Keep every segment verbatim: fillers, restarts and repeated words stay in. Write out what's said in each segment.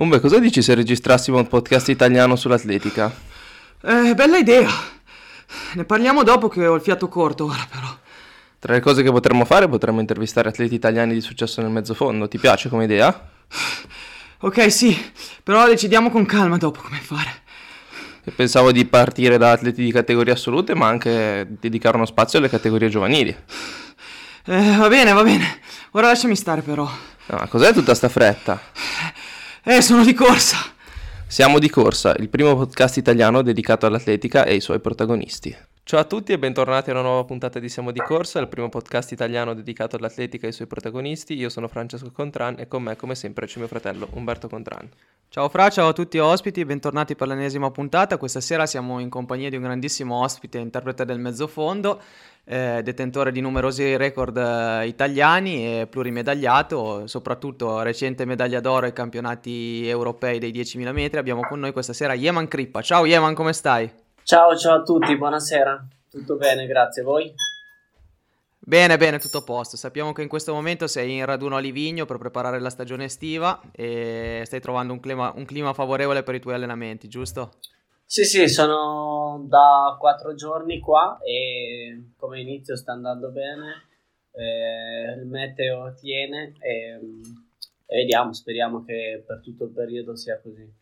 Umbe, cosa dici se registrassimo un podcast italiano sull'atletica? Eh, bella idea. Ne parliamo dopo che ho il fiato corto ora però. Tra le cose che potremmo fare potremmo intervistare atleti italiani di successo nel mezzofondo. Ti piace come idea? Ok, sì, però decidiamo con calma dopo come fare. E pensavo di partire da atleti di categorie assolute, ma anche dedicare uno spazio alle categorie giovanili. Eh, va bene, va bene. Ora lasciami stare però. No, ma cos'è tutta sta fretta? Eh, sono di corsa. Siamo di Corsa, il primo podcast italiano dedicato all'atletica e ai suoi protagonisti. Ciao a tutti e bentornati a una nuova puntata di Siamo di Corsa, il primo podcast italiano dedicato all'atletica e ai suoi protagonisti. Io sono Francesco Contran e con me, come sempre, c'è mio fratello Umberto Contran. Ciao Fra, ciao a tutti ospiti, bentornati per l'ennesima puntata. Questa sera siamo in compagnia di un grandissimo ospite, interprete del mezzofondo, eh, detentore di numerosi record eh, italiani e plurimedagliato, soprattutto recente medaglia d'oro ai campionati europei dei diecimila metri. Abbiamo con noi questa sera Yeman Crippa. Ciao Yeman, come stai? Ciao, ciao a tutti, buonasera. Tutto bene, grazie. Voi? Bene, bene, tutto a posto. Sappiamo che in questo momento sei in raduno a Livigno per preparare la stagione estiva e stai trovando un clima, un clima favorevole per i tuoi allenamenti, giusto? Sì, sì, sono da quattro giorni qua e come inizio sta andando bene. Eh, il meteo tiene e, e vediamo, speriamo che per tutto il periodo sia così.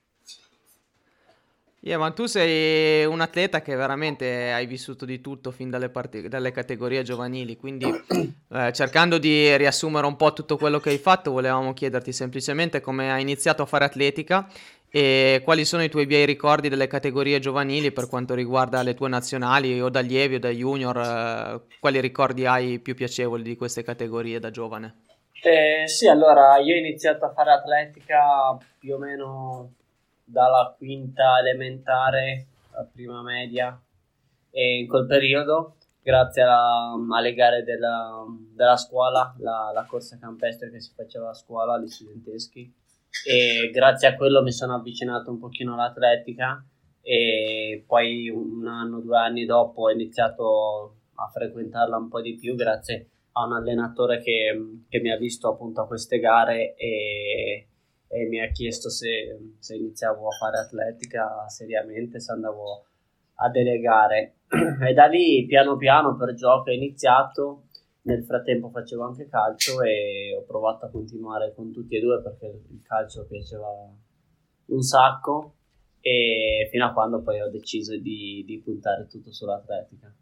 Yeah, ma tu sei un atleta che veramente hai vissuto di tutto fin dalle, parti- dalle categorie giovanili, quindi eh, cercando di riassumere un po' tutto quello che hai fatto, volevamo chiederti semplicemente come hai iniziato a fare atletica e quali sono i tuoi bei ricordi delle categorie giovanili per quanto riguarda le tue nazionali o da allievi o da junior, eh, quali ricordi hai più piacevoli di queste categorie da giovane? Eh, sì, allora io ho iniziato a fare atletica più o meno dalla quinta elementare a prima media e in quel periodo grazie alla, alle gare della, della scuola, la, la corsa campestre che si faceva a scuola agli studenteschi, e grazie a quello mi sono avvicinato un pochino all'atletica e poi un anno, due anni dopo ho iniziato a frequentarla un po' di più grazie a un allenatore che, che mi ha visto appunto a queste gare e e mi ha chiesto se, se iniziavo a fare atletica seriamente, se andavo a delegare. E da lì piano piano per gioco ho iniziato, nel frattempo facevo anche calcio e ho provato a continuare con tutti e due perché il calcio piaceva un sacco e fino a quando poi ho deciso di, di puntare tutto sull'atletica.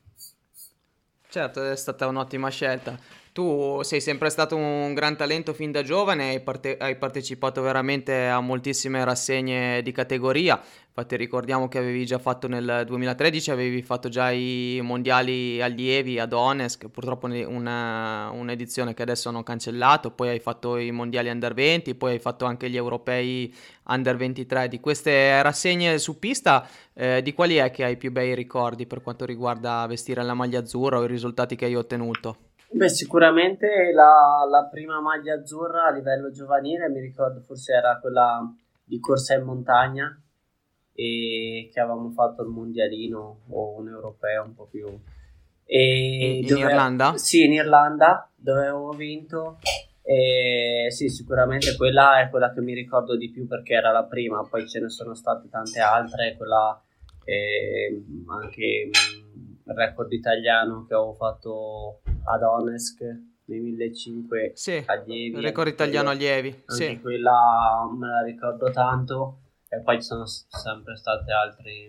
Certo, è stata un'ottima scelta. Tu sei sempre stato un gran talento fin da giovane, hai, parte- hai partecipato veramente a moltissime rassegne di categoria. Infatti ricordiamo che avevi già fatto nel duemilatredici, avevi fatto già i mondiali allievi a Donetsk, purtroppo ne- una, un'edizione che adesso hanno cancellato, poi hai fatto i mondiali under venti, poi hai fatto anche gli europei under ventitré. Di queste rassegne su pista, eh, di quali è che hai più bei ricordi per quanto riguarda vestire la maglia azzurra o i risultati che hai ottenuto? Beh, sicuramente la, la prima maglia azzurra a livello giovanile, mi ricordo forse era quella di corsa in montagna e che avevamo fatto il mondialino o un europeo un po' più... E In, in dove, Irlanda? Sì, in Irlanda, dove avevo vinto. E sì, sicuramente quella è quella che mi ricordo di più perché era la prima, poi ce ne sono state tante altre, quella eh, anche mh, il record italiano che avevo fatto a Donetsk nei millecinquecento Sì, allievi, il record anche italiano quello- allievi, anche sì. quella me la ricordo tanto e poi ci sono s- sempre stati altri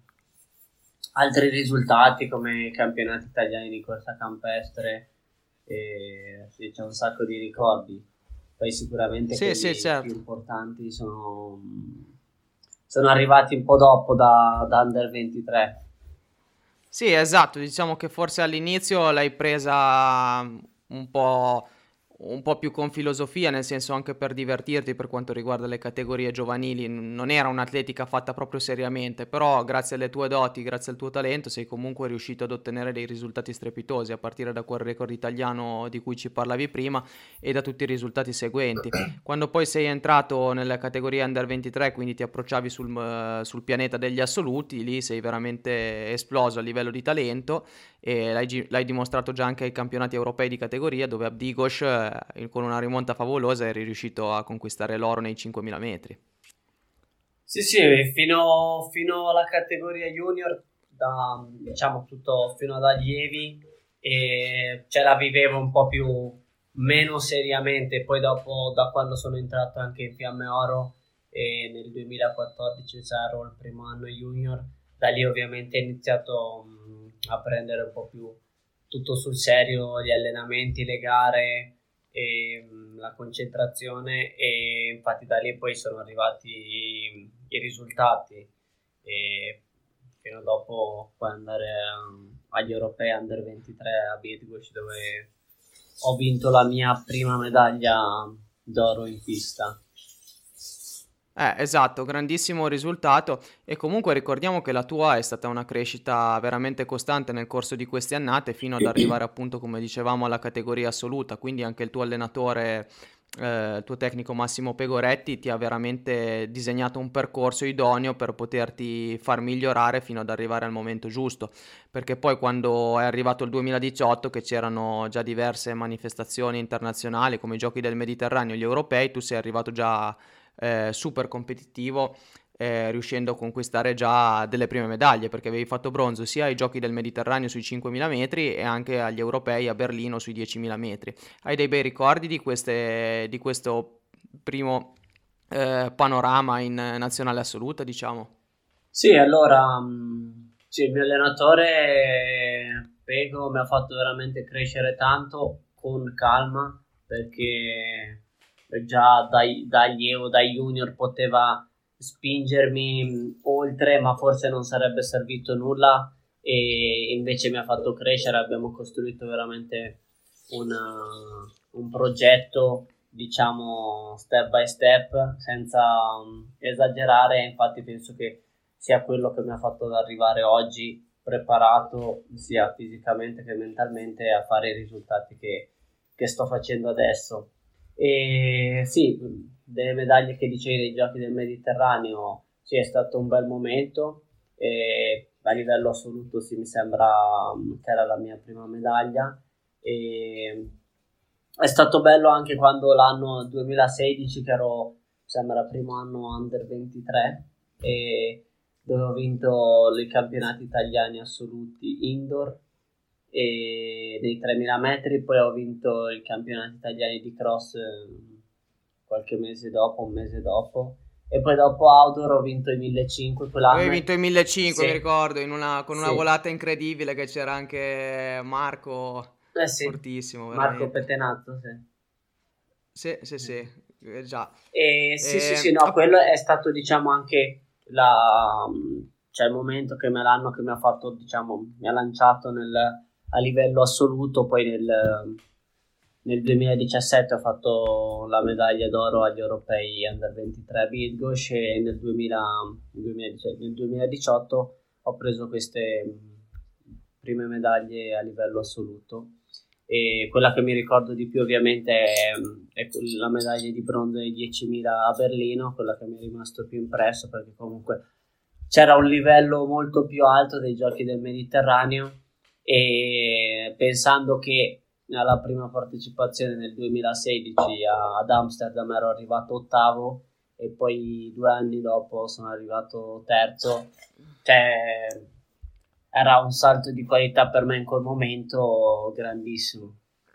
altri risultati come i campionati italiani di corsa campestre e sì, c'è un sacco di ricordi. Poi sicuramente Sì, sì, quelli più certo. importanti sono, sono arrivati un po' dopo da, da Under ventitré. Sì, esatto, diciamo che forse all'inizio l'hai presa mm, un po', un po' più con filosofia, nel senso anche per divertirti per quanto riguarda le categorie giovanili, n- non era un'atletica fatta proprio seriamente, però grazie alle tue doti, grazie al tuo talento sei comunque riuscito ad ottenere dei risultati strepitosi, a partire da quel record italiano di cui ci parlavi prima e da tutti i risultati seguenti. Quando poi sei entrato nella categoria Under ventitré, quindi ti approcciavi sul, eh, sul pianeta degli assoluti, lì sei veramente esploso a livello di talento e l'hai, gi- l'hai dimostrato già anche ai campionati europei di categoria, dove a Bigos, eh, con una rimonta favolosa, eri riuscito a conquistare l'oro nei cinquemila metri. Sì, sì, fino, fino alla categoria junior, da, diciamo tutto fino ad allievi, e ce la vivevo un po' più meno seriamente. Poi dopo, da quando sono entrato anche in Fiamme Oro e nel duemilaquattordici c'ero il primo anno junior, da lì ovviamente ho iniziato mh, a prendere un po' più tutto sul serio, gli allenamenti, le gare e mh, la concentrazione, e infatti da lì poi sono arrivati i, i risultati, e fino a dopo poi andare um, agli europei under ventitré a Bydgoszcz, dove ho vinto la mia prima medaglia d'oro in pista. Eh, esatto, grandissimo risultato, e comunque ricordiamo che la tua è stata una crescita veramente costante nel corso di queste annate, fino ad arrivare appunto, come dicevamo, alla categoria assoluta. Quindi anche il tuo allenatore, eh, il tuo tecnico Massimo Pegoretti, ti ha veramente disegnato un percorso idoneo per poterti far migliorare fino ad arrivare al momento giusto, perché poi quando è arrivato il duemiladiciotto, che c'erano già diverse manifestazioni internazionali come i Giochi del Mediterraneo e gli europei, tu sei arrivato già eh, super competitivo, eh, riuscendo a conquistare già delle prime medaglie, perché avevi fatto bronzo sia ai Giochi del Mediterraneo sui cinquemila metri e anche agli europei a Berlino sui diecimila metri. Hai dei bei ricordi di, queste, di questo primo eh, panorama in nazionale assoluta, diciamo? Sì, allora, mh, sì, il mio allenatore Pego mi ha fatto veramente crescere tanto con calma, perché già dai, da allievo, da junior poteva spingermi mh, oltre, ma forse non sarebbe servito nulla, e invece mi ha fatto crescere. Abbiamo costruito veramente una- un progetto, diciamo, step by step, senza mh, esagerare. Infatti penso che sia quello che mi ha fatto arrivare oggi preparato sia fisicamente che mentalmente a fare i risultati che, che sto facendo adesso. E sì, delle medaglie che dicevi dei Giochi del Mediterraneo, sì, è stato un bel momento, e a livello assoluto sì, mi sembra mm, che era la mia prima medaglia, e è stato bello anche quando l'anno duemilasedici, che ero, mi sembra, primo anno under ventitré, e dove ho vinto i campionati italiani assoluti indoor e dei tremila metri. Poi ho vinto i campionati italiani di cross eh, qualche mese dopo, un mese dopo, e poi dopo outdoor ho vinto i millecinquecento Avevi quell'anno. vinto i millecinquecento, mi Sì, ricordo, in una- con una sì, volata incredibile, che c'era anche Marco, eh sì, fortissimo, Marco veramente. Petenazzo, sì. Sì, sì, sì, eh, già. E sì, sì, sì, Eh, no, app- quello è stato, diciamo, anche la, cioè il momento che me l'hanno, che mi ha fatto, diciamo, mi ha lanciato nel, a livello assoluto. Poi nel, nel duemiladiciassette ho fatto la medaglia d'oro agli europei under ventitré a Bydgoszcz, e nel duemila, duemiladiciotto, nel duemiladiciotto ho preso queste mh, prime medaglie a livello assoluto. E quella che mi ricordo di più ovviamente è, è la medaglia di bronzo ai diecimila a Berlino, quella che mi è rimasto più impresso, perché comunque c'era un livello molto più alto dei Giochi del Mediterraneo, e pensando che alla prima partecipazione nel duemilasedici a- ad Amsterdam ero arrivato ottavo, e poi due anni dopo sono arrivato terzo, cioè era un salto di qualità per me in quel momento grandissimo.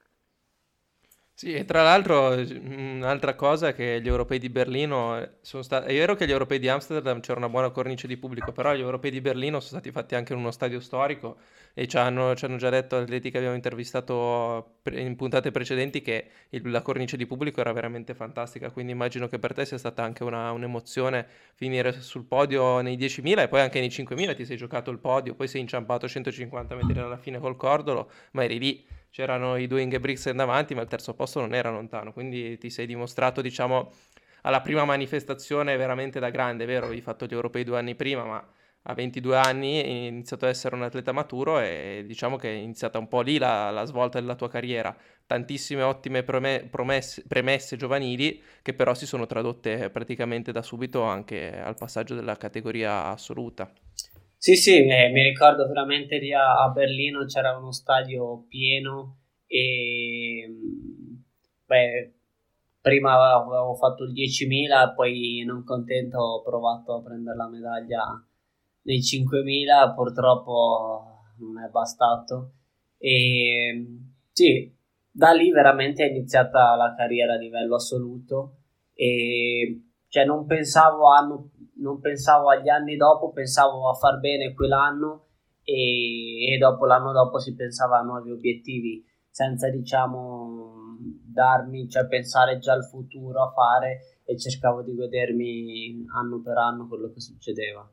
Sì, e tra l'altro eh, un'altra cosa è che gli europei di Berlino eh, sono stati... È vero che gli europei di Amsterdam c'era una buona cornice di pubblico, però gli europei di Berlino sono stati fatti anche in uno stadio storico, e ci hanno, ci hanno già detto atleti che abbiamo intervistato pre- in puntate precedenti che il- la cornice di pubblico era veramente fantastica, quindi immagino che per te sia stata anche una- un'emozione finire sul podio nei diecimila e poi anche nei cinquemila ti sei giocato il podio, poi sei inciampato centocinquanta metri alla fine col cordolo, ma eri lì. C'erano i due Ingebrigtsen davanti, ma il terzo posto non era lontano, quindi ti sei dimostrato, diciamo, alla prima manifestazione veramente da grande, è vero? Avevi fatto gli europei due anni prima, ma a ventidue anni hai iniziato ad essere un atleta maturo, e diciamo che è iniziata un po' lì la, la svolta della tua carriera. Tantissime ottime prome- promesse- premesse giovanili che però si sono tradotte praticamente da subito anche al passaggio della categoria assoluta. Sì, sì, eh, mi ricordo veramente lì a, a Berlino c'era uno stadio pieno e mh, beh, prima avevo fatto il diecimila, poi non contento ho provato a prendere la medaglia nei cinquemila, purtroppo non è bastato e mh, sì, da lì veramente è iniziata la carriera a livello assoluto e cioè non pensavo a non pensavo agli anni dopo, pensavo a far bene quell'anno e, e dopo l'anno dopo si pensava a nuovi obiettivi senza diciamo darmi, cioè pensare già al futuro a fare e cercavo di godermi anno per anno quello che succedeva.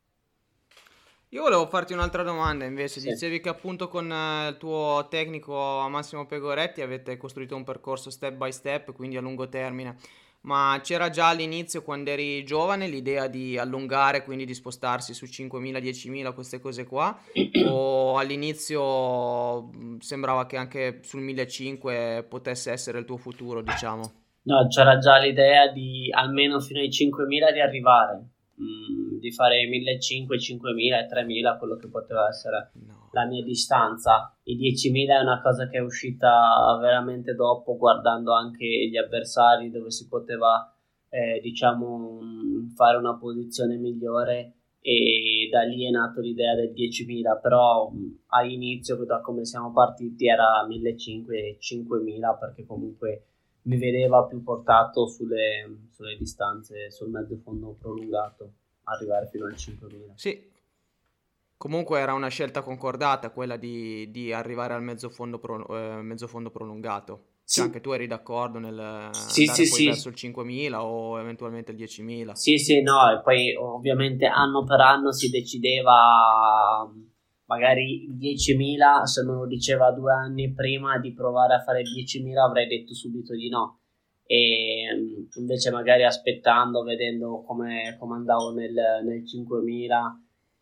Io volevo farti un'altra domanda invece, Sì. dicevi che appunto con eh, il tuo tecnico Massimo Pegoretti avete costruito un percorso step by step, quindi a lungo termine, ma c'era già all'inizio quando eri giovane l'idea di allungare, quindi di spostarsi su cinquemila, diecimila, queste cose qua, o all'inizio mh, sembrava che anche sul millecinquecento potesse essere il tuo futuro, diciamo? No, c'era già l'idea di almeno fino ai cinquemila di arrivare, mm, di fare millecinquecento, cinquemila e tremila, quello che poteva essere No. la mia distanza. I diecimila è una cosa che è uscita veramente dopo, guardando anche gli avversari dove si poteva, eh, diciamo, mm, fare una posizione migliore e da lì è nato l'idea del diecimila, però mm, all'inizio, da come siamo partiti, era millecinquecento e cinquemila perché comunque mi vedeva più portato sulle, sulle distanze, sul mezzo fondo prolungato, arrivare fino al cinquemila. Sì, comunque era una scelta concordata quella di, di arrivare al mezzo fondo, pro- eh, mezzo fondo prolungato. Cioè Sì, anche tu eri d'accordo nel sì, sì, andare poi verso sì, il cinquemila o eventualmente il diecimila. sì, sì, no, e poi ovviamente anno per anno si decideva, magari il diecimila, se me lo diceva due anni prima di provare a fare il diecimila avrei detto subito di no. E mm, invece magari aspettando, vedendo come, come andavo nel, nel cinquemila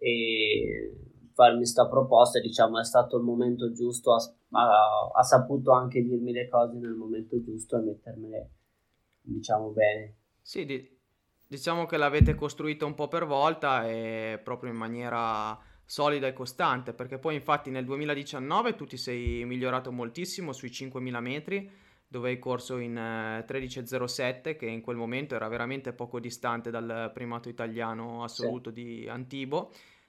e farmi sta proposta, diciamo, è stato il momento giusto, ha, ha- ha saputo anche dirmi le cose nel momento giusto e mettermele, diciamo, bene. Sì, di- diciamo che l'avete costruita un po' per volta e proprio in maniera solida e costante, perché poi infatti nel duemiladiciannove tu ti sei migliorato moltissimo sui cinquemila metri, dove hai corso in eh, tredici e zero sette, che in quel momento era veramente poco distante dal primato italiano Sì. assoluto di Antibo.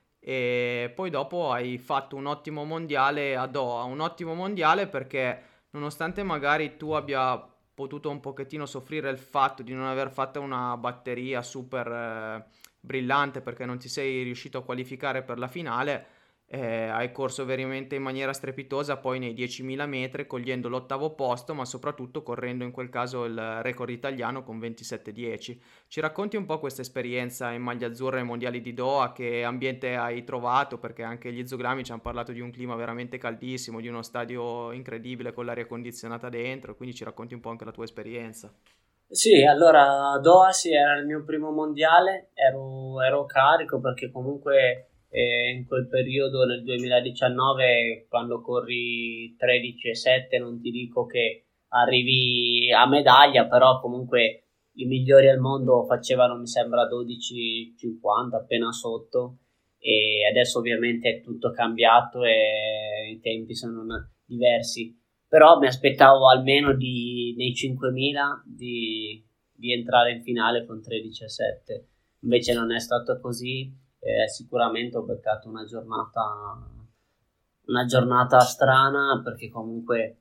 E poi dopo hai fatto un ottimo mondiale a Doha, un ottimo mondiale perché nonostante magari tu abbia potuto un pochettino soffrire il fatto di non aver fatto una batteria super eh, brillante perché non ti sei riuscito a qualificare per la finale, eh, hai corso veramente in maniera strepitosa poi nei diecimila metri cogliendo l'ottavo posto, ma soprattutto correndo in quel caso il record italiano con ventisette dieci. Ci racconti un po' questa esperienza in maglia azzurra ai mondiali di Doha, che ambiente hai trovato? Perché anche gli zugami ci hanno parlato di un clima veramente caldissimo, di uno stadio incredibile con l'aria condizionata dentro, quindi ci racconti un po' anche la tua esperienza. Sì, allora Doha sì, era il mio primo mondiale, ero, ero carico perché comunque eh, in quel periodo nel duemiladiciannove quando corri tredici e sette non ti dico che arrivi a medaglia, però comunque i migliori al mondo facevano mi sembra dodici e cinquanta appena sotto e adesso ovviamente è tutto cambiato e i tempi sono diversi, però mi aspettavo almeno di, nei cinquemila di, di entrare in finale con tredici a sette, invece non è stato così, eh, sicuramente ho beccato una giornata, una giornata strana perché comunque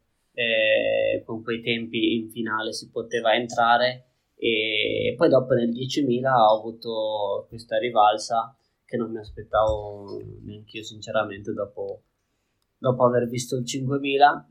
eh, con quei tempi in finale si poteva entrare e poi dopo nel diecimila ho avuto questa rivalsa che non mi aspettavo neanche io sinceramente dopo, dopo aver visto il cinquemila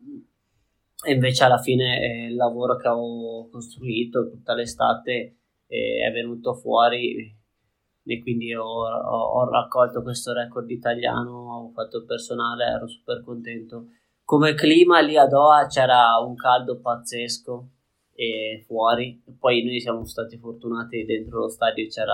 e invece alla fine eh, il lavoro che ho costruito tutta l'estate eh, è venuto fuori e quindi ho, ho- ho raccolto questo record italiano, ho fatto il personale, ero super contento. Come clima lì a Doha c'era un caldo pazzesco e fuori, poi noi siamo stati fortunati dentro lo stadio c'era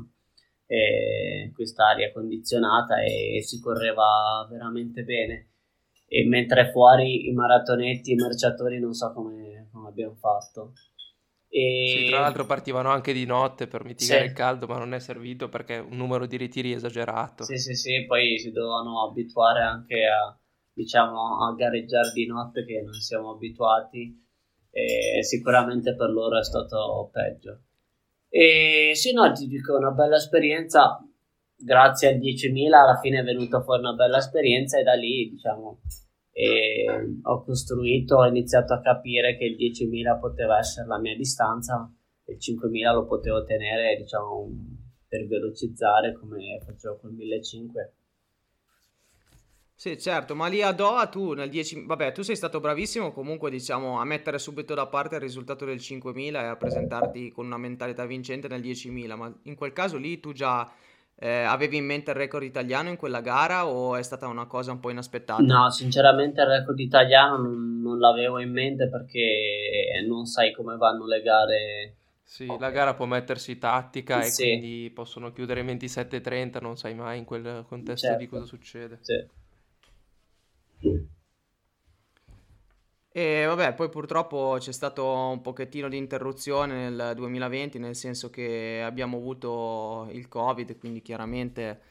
eh, quest'aria condizionata e si correva veramente bene e mentre fuori i maratonetti, i marciatori non so come, come abbiamo fatto. Sì, tra E l'altro partivano anche di notte per sì, mitigare il caldo, ma non è servito perché un numero di ritiri esagerato. sì, sì, sì, poi si dovevano abituare anche a, diciamo, a gareggiare di notte che non siamo abituati e sicuramente per loro è stato peggio. E sì, no, ti dico, una bella esperienza, grazie al diecimila alla fine è venuta fuori una bella esperienza e da lì, diciamo, eh, ho costruito, ho iniziato a capire che il diecimila poteva essere la mia distanza e il cinquemila lo potevo tenere, diciamo, un- per velocizzare come facevo col millecinquecento. Sì, certo, ma lì a Doha tu nel dieci, vabbè, tu sei stato bravissimo comunque, diciamo, a mettere subito da parte il risultato del cinquemila e a presentarti con una mentalità vincente nel diecimila, ma in quel caso lì tu già eh, avevi in mente il record italiano in quella gara o è stata una cosa un po' inaspettata? No, sinceramente il record italiano non, non l'avevo in mente perché non sai come vanno le gare. Sì, la gara può mettersi tattica e Sì, quindi possono chiudere in ventisette e trenta, non sai mai in quel contesto di cosa certo, succede. sì. E vabbè, poi purtroppo c'è stato un pochettino di interruzione nel duemilaventi, nel senso che abbiamo avuto il Covid, quindi chiaramente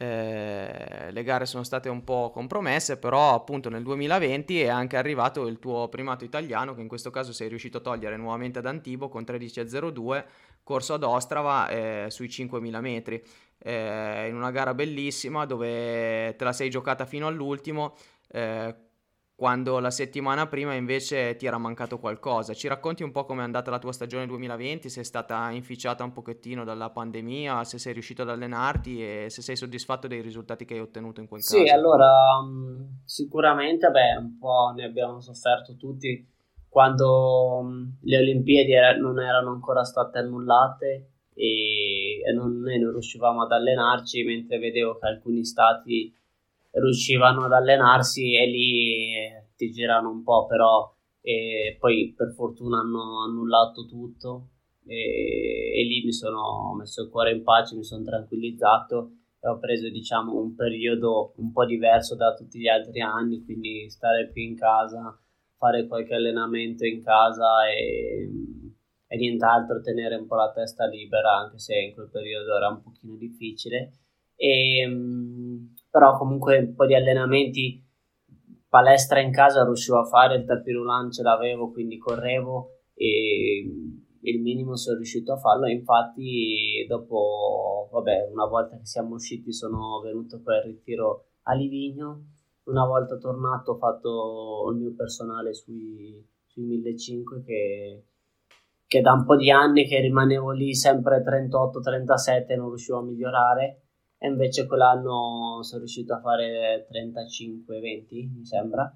eh, le gare sono state un po' compromesse, però appunto nel duemilaventi è anche arrivato il tuo primato italiano, che in questo caso sei riuscito a togliere nuovamente ad Antibo con tredici a zero due, corso ad Ostrava eh, sui cinquemila metri, eh, in una gara bellissima dove te la sei giocata fino all'ultimo. eh, Quando la settimana prima invece ti era mancato qualcosa. Ci racconti un po' com'è andata la tua stagione duemilaventi, se è stata inficiata un pochettino dalla pandemia, se sei riuscito ad allenarti e se sei soddisfatto dei risultati che hai ottenuto in quel Sì, caso. allora mh, sicuramente, beh, un po' ne abbiamo sofferto tutti quando mh, le Olimpiadi era- non erano ancora state annullate e, e non, noi non riuscivamo ad allenarci, mentre vedevo che alcuni stati riuscivano ad allenarsi e lì eh, ti girano un po', però eh, poi per fortuna hanno annullato tutto e, e lì mi sono messo il cuore in pace, mi sono tranquillizzato e ho preso diciamo un periodo un po' diverso da tutti gli altri anni, quindi stare più in casa, fare qualche allenamento in casa e, e nient'altro, tenere un po' la testa libera, anche se in quel periodo era un pochino difficile. E, mh, però comunque un po' di allenamenti, palestra in casa riuscivo a fare, il tapis roulant ce l'avevo, quindi correvo e il minimo sono riuscito a farlo. E infatti dopo, vabbè, una volta che siamo usciti sono venuto poi al ritiro a Livigno, una volta tornato ho fatto il mio personale sui, sui millecinquecento che, che da un po' di anni che rimanevo lì sempre trentotto trentasette, non riuscivo a migliorare e invece quell'anno sono riuscito a fare trentacinque venti mi sembra,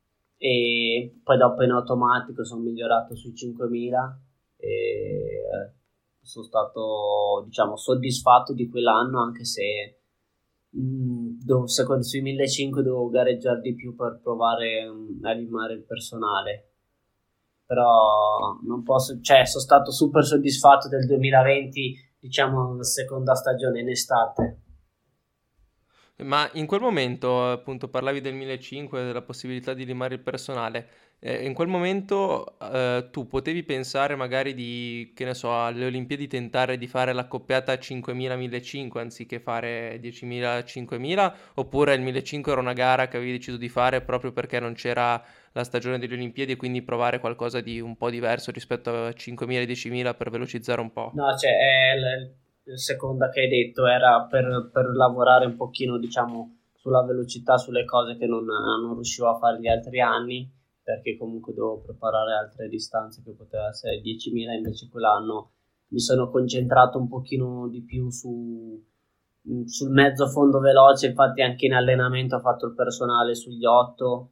e poi dopo in automatico sono migliorato sui cinquemila e sono stato diciamo soddisfatto di quell'anno, anche se mh, do- secondo, sui millecinquecento dovevo gareggiare di più per provare mh, a limare il personale, però non posso, cioè sono stato super soddisfatto del duemilaventi, diciamo la seconda stagione in estate. Ma in quel momento, appunto, parlavi del millecinquecento, della possibilità di limare il personale. Eh, in quel momento eh, tu potevi pensare magari di, che ne so, alle Olimpiadi tentare di fare l'accoppiata cinquemila millecinquecento anziché fare diecimila cinquemila, oppure il millecinquecento era una gara che avevi deciso di fare proprio perché non c'era la stagione delle Olimpiadi e quindi provare qualcosa di un po' diverso rispetto a cinquemila e diecimila per velocizzare un po'? No, cioè, è l- la seconda che hai detto era per, per lavorare un pochino, diciamo, sulla velocità, sulle cose che non, non riuscivo a fare gli altri anni, perché comunque dovevo preparare altre distanze che poteva essere diecimila, invece quell'anno mi sono concentrato un pochino di più su, sul mezzo fondo veloce, infatti anche in allenamento ho fatto il personale sugli otto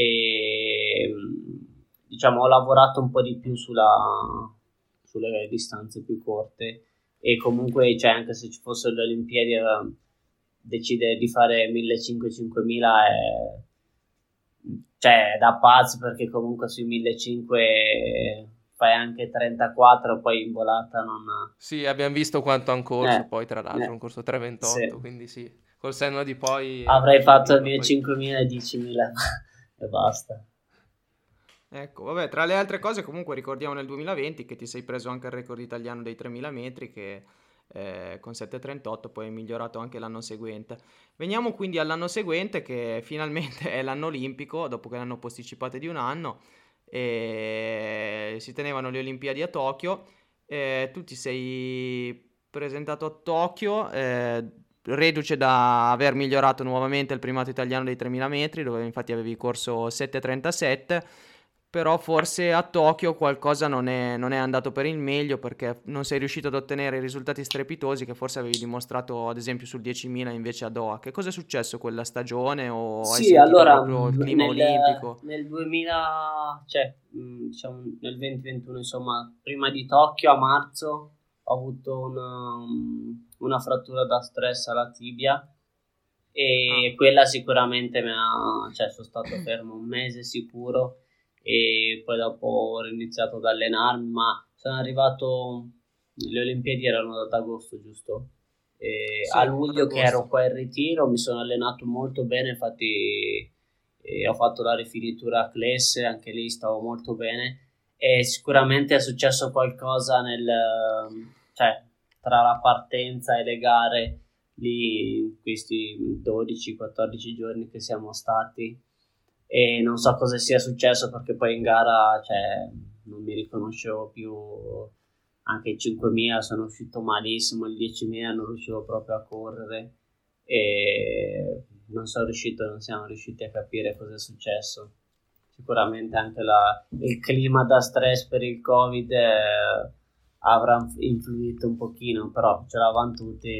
e diciamo ho lavorato un po' di più sulla, sulle distanze più corte e comunque cioè, anche se ci fossero le Olimpiadi eh, decidere di fare millecinquecento-cinquemila è cioè da pazzi, perché comunque sui millecinquecento fai anche trentaquattro, poi in volata non Sì, abbiamo visto quanto ha un corso, eh, poi tra l'altro, eh, un corso sì. tre ventotto, quindi sì, col senno di poi è Avrei facile fatto il dirlo, mio poi cinquemila e diecimila e basta. Ecco, vabbè, tra le altre cose comunque ricordiamo nel duemilaventi che ti sei preso anche il record italiano dei tremila metri che eh, con sette virgola trentotto poi hai migliorato anche l'anno seguente. Veniamo quindi all'anno seguente che finalmente è l'anno olimpico, dopo che l'hanno posticipato di un anno e si tenevano le Olimpiadi a Tokyo. Eh, tu ti sei presentato a Tokyo, eh, reduce da aver migliorato nuovamente il primato italiano dei tremila metri, dove infatti avevi corso sette virgola trentasette, però forse a Tokyo qualcosa non è, non è andato per il meglio perché non sei riuscito ad ottenere i risultati strepitosi che forse avevi dimostrato ad esempio sul diecimila invece a Doha. Che cosa è successo quella stagione o hai Sì, sentito allora proprio il mh, clima nel, olimpico? nel duemila, cioè mh, diciamo nel duemilaventuno, insomma, prima di Tokyo a marzo ho avuto una, mh, una frattura da stress alla tibia Ah, e quella sicuramente mi ha, cioè sono stato fermo un mese sicuro e poi dopo ho iniziato ad allenarmi, ma sono arrivato, le Olimpiadi erano ad agosto, giusto? E a sì, ad luglio che ero agosto. qua in ritiro mi sono allenato molto bene, infatti eh, ho fatto la rifinitura a Clesse, anche lì stavo molto bene e sicuramente è successo qualcosa nel, cioè, tra la partenza e le gare lì in questi dodici quattordici giorni che siamo stati e non so cosa sia successo perché poi in gara, cioè, non mi riconoscevo più, anche i cinquemila sono uscito malissimo, il diecimila non riuscivo proprio a correre e non sono riuscito, non siamo riusciti a capire cosa è successo. Sicuramente anche la, il clima da stress per il Covid eh, avrà influito un pochino, però ce l'avevano tutti.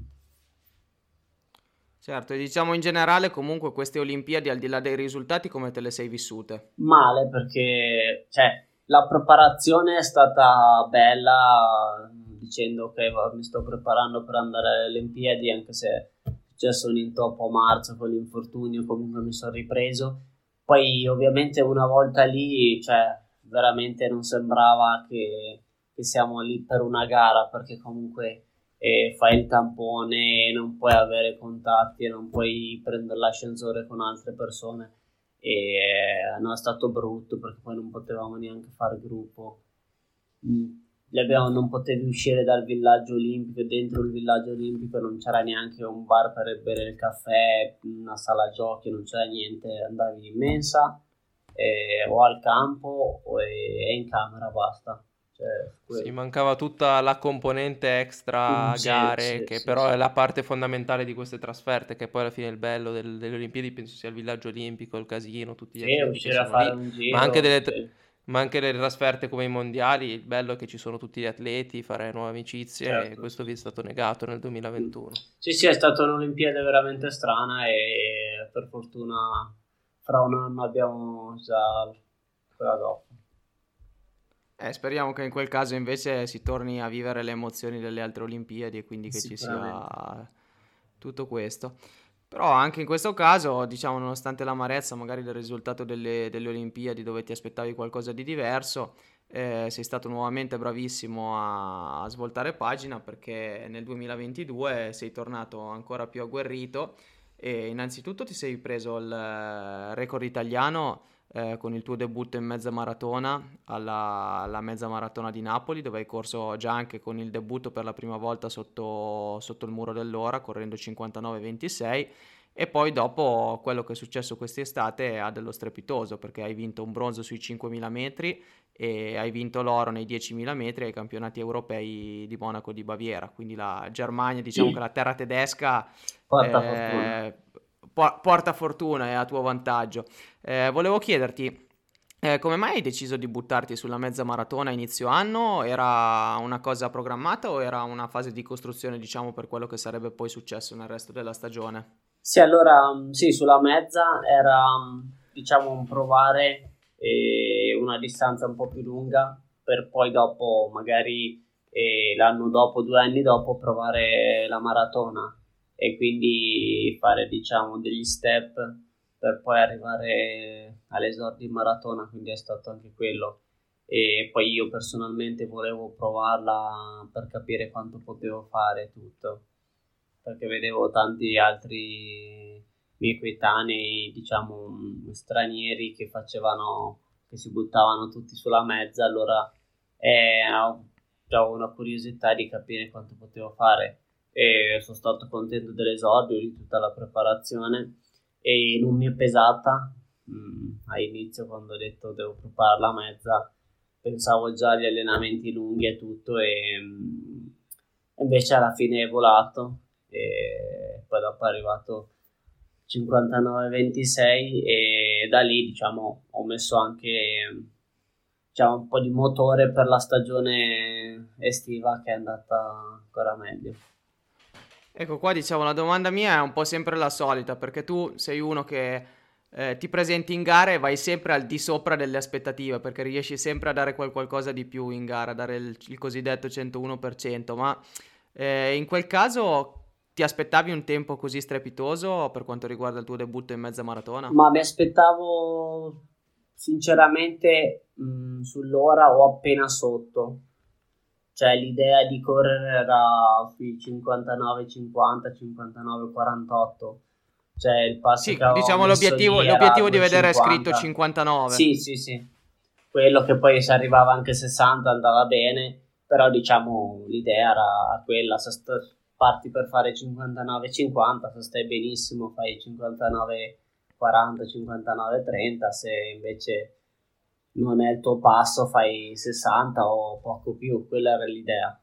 Certo, e diciamo in generale comunque queste Olimpiadi al di là dei risultati come te le sei vissute? Male perché cioè, la preparazione è stata bella, dicendo ok, va, mi sto preparando per andare alle Olimpiadi, anche se è successo un intoppo a marzo con l'infortunio, comunque mi sono ripreso. Poi ovviamente una volta lì, cioè, veramente non sembrava che, che siamo lì per una gara, perché comunque eh, fai il tampone, non puoi avere contatti, non puoi prendere l'ascensore con altre persone e eh, no, è stato brutto perché poi non potevamo neanche fare gruppo. Mm. Li abbiamo- non potevi uscire dal villaggio olimpico, dentro il villaggio olimpico non c'era neanche un bar per bere il caffè, una sala giochi, non c'era niente, andavi in mensa eh, o al campo o e, e in camera, basta. Cioè, Sì, quello. mancava tutta la componente Mm, extra sì, gare, sì, che sì, però sì. è la parte fondamentale di queste trasferte, che poi alla fine il bello del- delle Olimpiadi penso sia il villaggio olimpico, il casino, tutti gli Sì, atleti che uscire a sono fare lì, un ma anche giro, delle, tr- sì, ma anche delle trasferte come i mondiali, il bello è che ci sono tutti gli atleti, fare nuove amicizie, e certo. questo vi è stato negato nel Mm. duemilaventuno. Sì, sì, è stata un'Olimpiade veramente strana e per fortuna fra un anno abbiamo già quella dopo. Eh, speriamo che in quel caso invece si torni a vivere le emozioni delle altre Olimpiadi e quindi che ci Sicuramente. sia tutto questo. Però anche in questo caso, diciamo, nonostante l'amarezza magari del risultato delle, delle Olimpiadi dove ti aspettavi qualcosa di diverso, eh, sei stato nuovamente bravissimo a, a svoltare pagina perché nel duemilaventidue sei tornato ancora più agguerrito e innanzitutto ti sei preso il eh, record italiano eh, con il tuo debutto in mezza maratona alla, alla mezza maratona di Napoli, dove hai corso già anche con il debutto per la prima volta sotto, sotto il muro dell'ora, correndo cinquantanove ventisei. E poi dopo quello che è successo quest'estate ha dello strepitoso, perché hai vinto un bronzo sui cinquemila metri e hai vinto l'oro nei diecimila metri ai campionati europei di Monaco di Baviera. Quindi la Germania, diciamo che la terra tedesca Porta fortuna. eh, po- porta fortuna e a tuo vantaggio. Eh, volevo chiederti, eh, come mai hai deciso di buttarti sulla mezza maratona a inizio anno? Era una cosa programmata o era una fase di costruzione, diciamo, per quello che sarebbe poi successo nel resto della stagione? Sì, allora, mh, sì, sulla mezza era, mh, diciamo, un provare eh, una distanza un po' più lunga per poi dopo, magari eh, l'anno dopo, due anni dopo, provare la maratona e quindi fare, diciamo, degli step per poi arrivare all'esordio in maratona, quindi è stato anche quello. E poi io personalmente volevo provarla per capire quanto potevo fare e tutto perché vedevo tanti altri miei coetanei, diciamo, mh, stranieri che facevano che si buttavano tutti sulla mezza, allora eh, avevo una curiosità di capire quanto potevo fare e sono stato contento dell'esordio, di tutta la preparazione e non mi è pesata. Mm, all'inizio quando ho detto devo preparare la mezza pensavo già agli allenamenti lunghi e tutto e mm, invece alla fine è volato e poi dopo è arrivato cinquantanove ventisei e da lì diciamo ho messo anche diciamo un po' di motore per la stagione estiva che è andata ancora meglio. Ecco qua diciamo la domanda mia è un po' sempre la solita, perché tu sei uno che eh, ti presenti in gara e vai sempre al di sopra delle aspettative, perché riesci sempre a dare quel qualcosa di più in gara, a dare il, il cosiddetto centouno per cento, ma eh, in quel caso ti aspettavi un tempo così strepitoso per quanto riguarda il tuo debutto in mezza maratona? Ma mi aspettavo sinceramente mh, sull'ora o appena sotto. Cioè l'idea di correre era sui cinquantanove cinquanta, cinquantanove quarantotto. Cioè il passo Sì, che avevo diciamo messo l'obiettivo, lì era l'obiettivo di vedere duecentocinquanta. scritto cinquantanove. Sì, sì, sì. Quello che poi se arrivava anche sessanta andava bene, però diciamo l'idea era quella, se st- parti per fare cinquantanove cinquanta, se stai benissimo fai cinquantanove quaranta, cinquantanove trenta, se invece non è il tuo passo fai sessanta o poco più, quella era l'idea.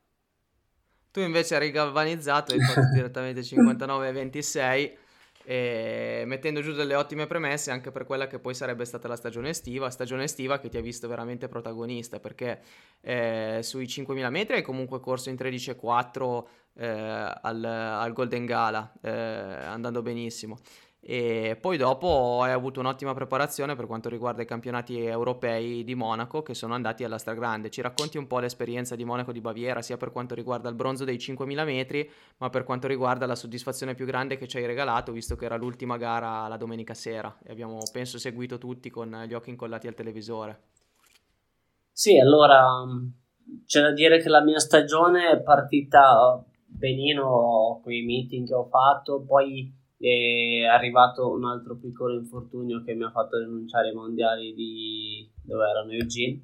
Tu invece eri galvanizzato e hai fatto direttamente cinquantanove ventisei, e mettendo giù delle ottime premesse anche per quella che poi sarebbe stata la stagione estiva, stagione estiva che ti ha visto veramente protagonista, perché eh, sui cinquemila metri hai comunque corso in tredici e quattro eh, al, al Golden Gala, eh, andando benissimo. E poi dopo hai avuto un'ottima preparazione per quanto riguarda i campionati europei di Monaco che sono andati alla stragrande. Ci racconti un po' l'esperienza di Monaco di Baviera, sia per quanto riguarda il bronzo dei cinquemila metri, ma per quanto riguarda la soddisfazione più grande che ci hai regalato, visto che era l'ultima gara la domenica sera e abbiamo, penso, seguito tutti con gli occhi incollati al televisore. Sì, allora c'è da dire che la mia stagione è partita benino con i meeting che ho fatto, poi è arrivato un altro piccolo infortunio che mi ha fatto rinunciare ai mondiali di dove erano Eugene,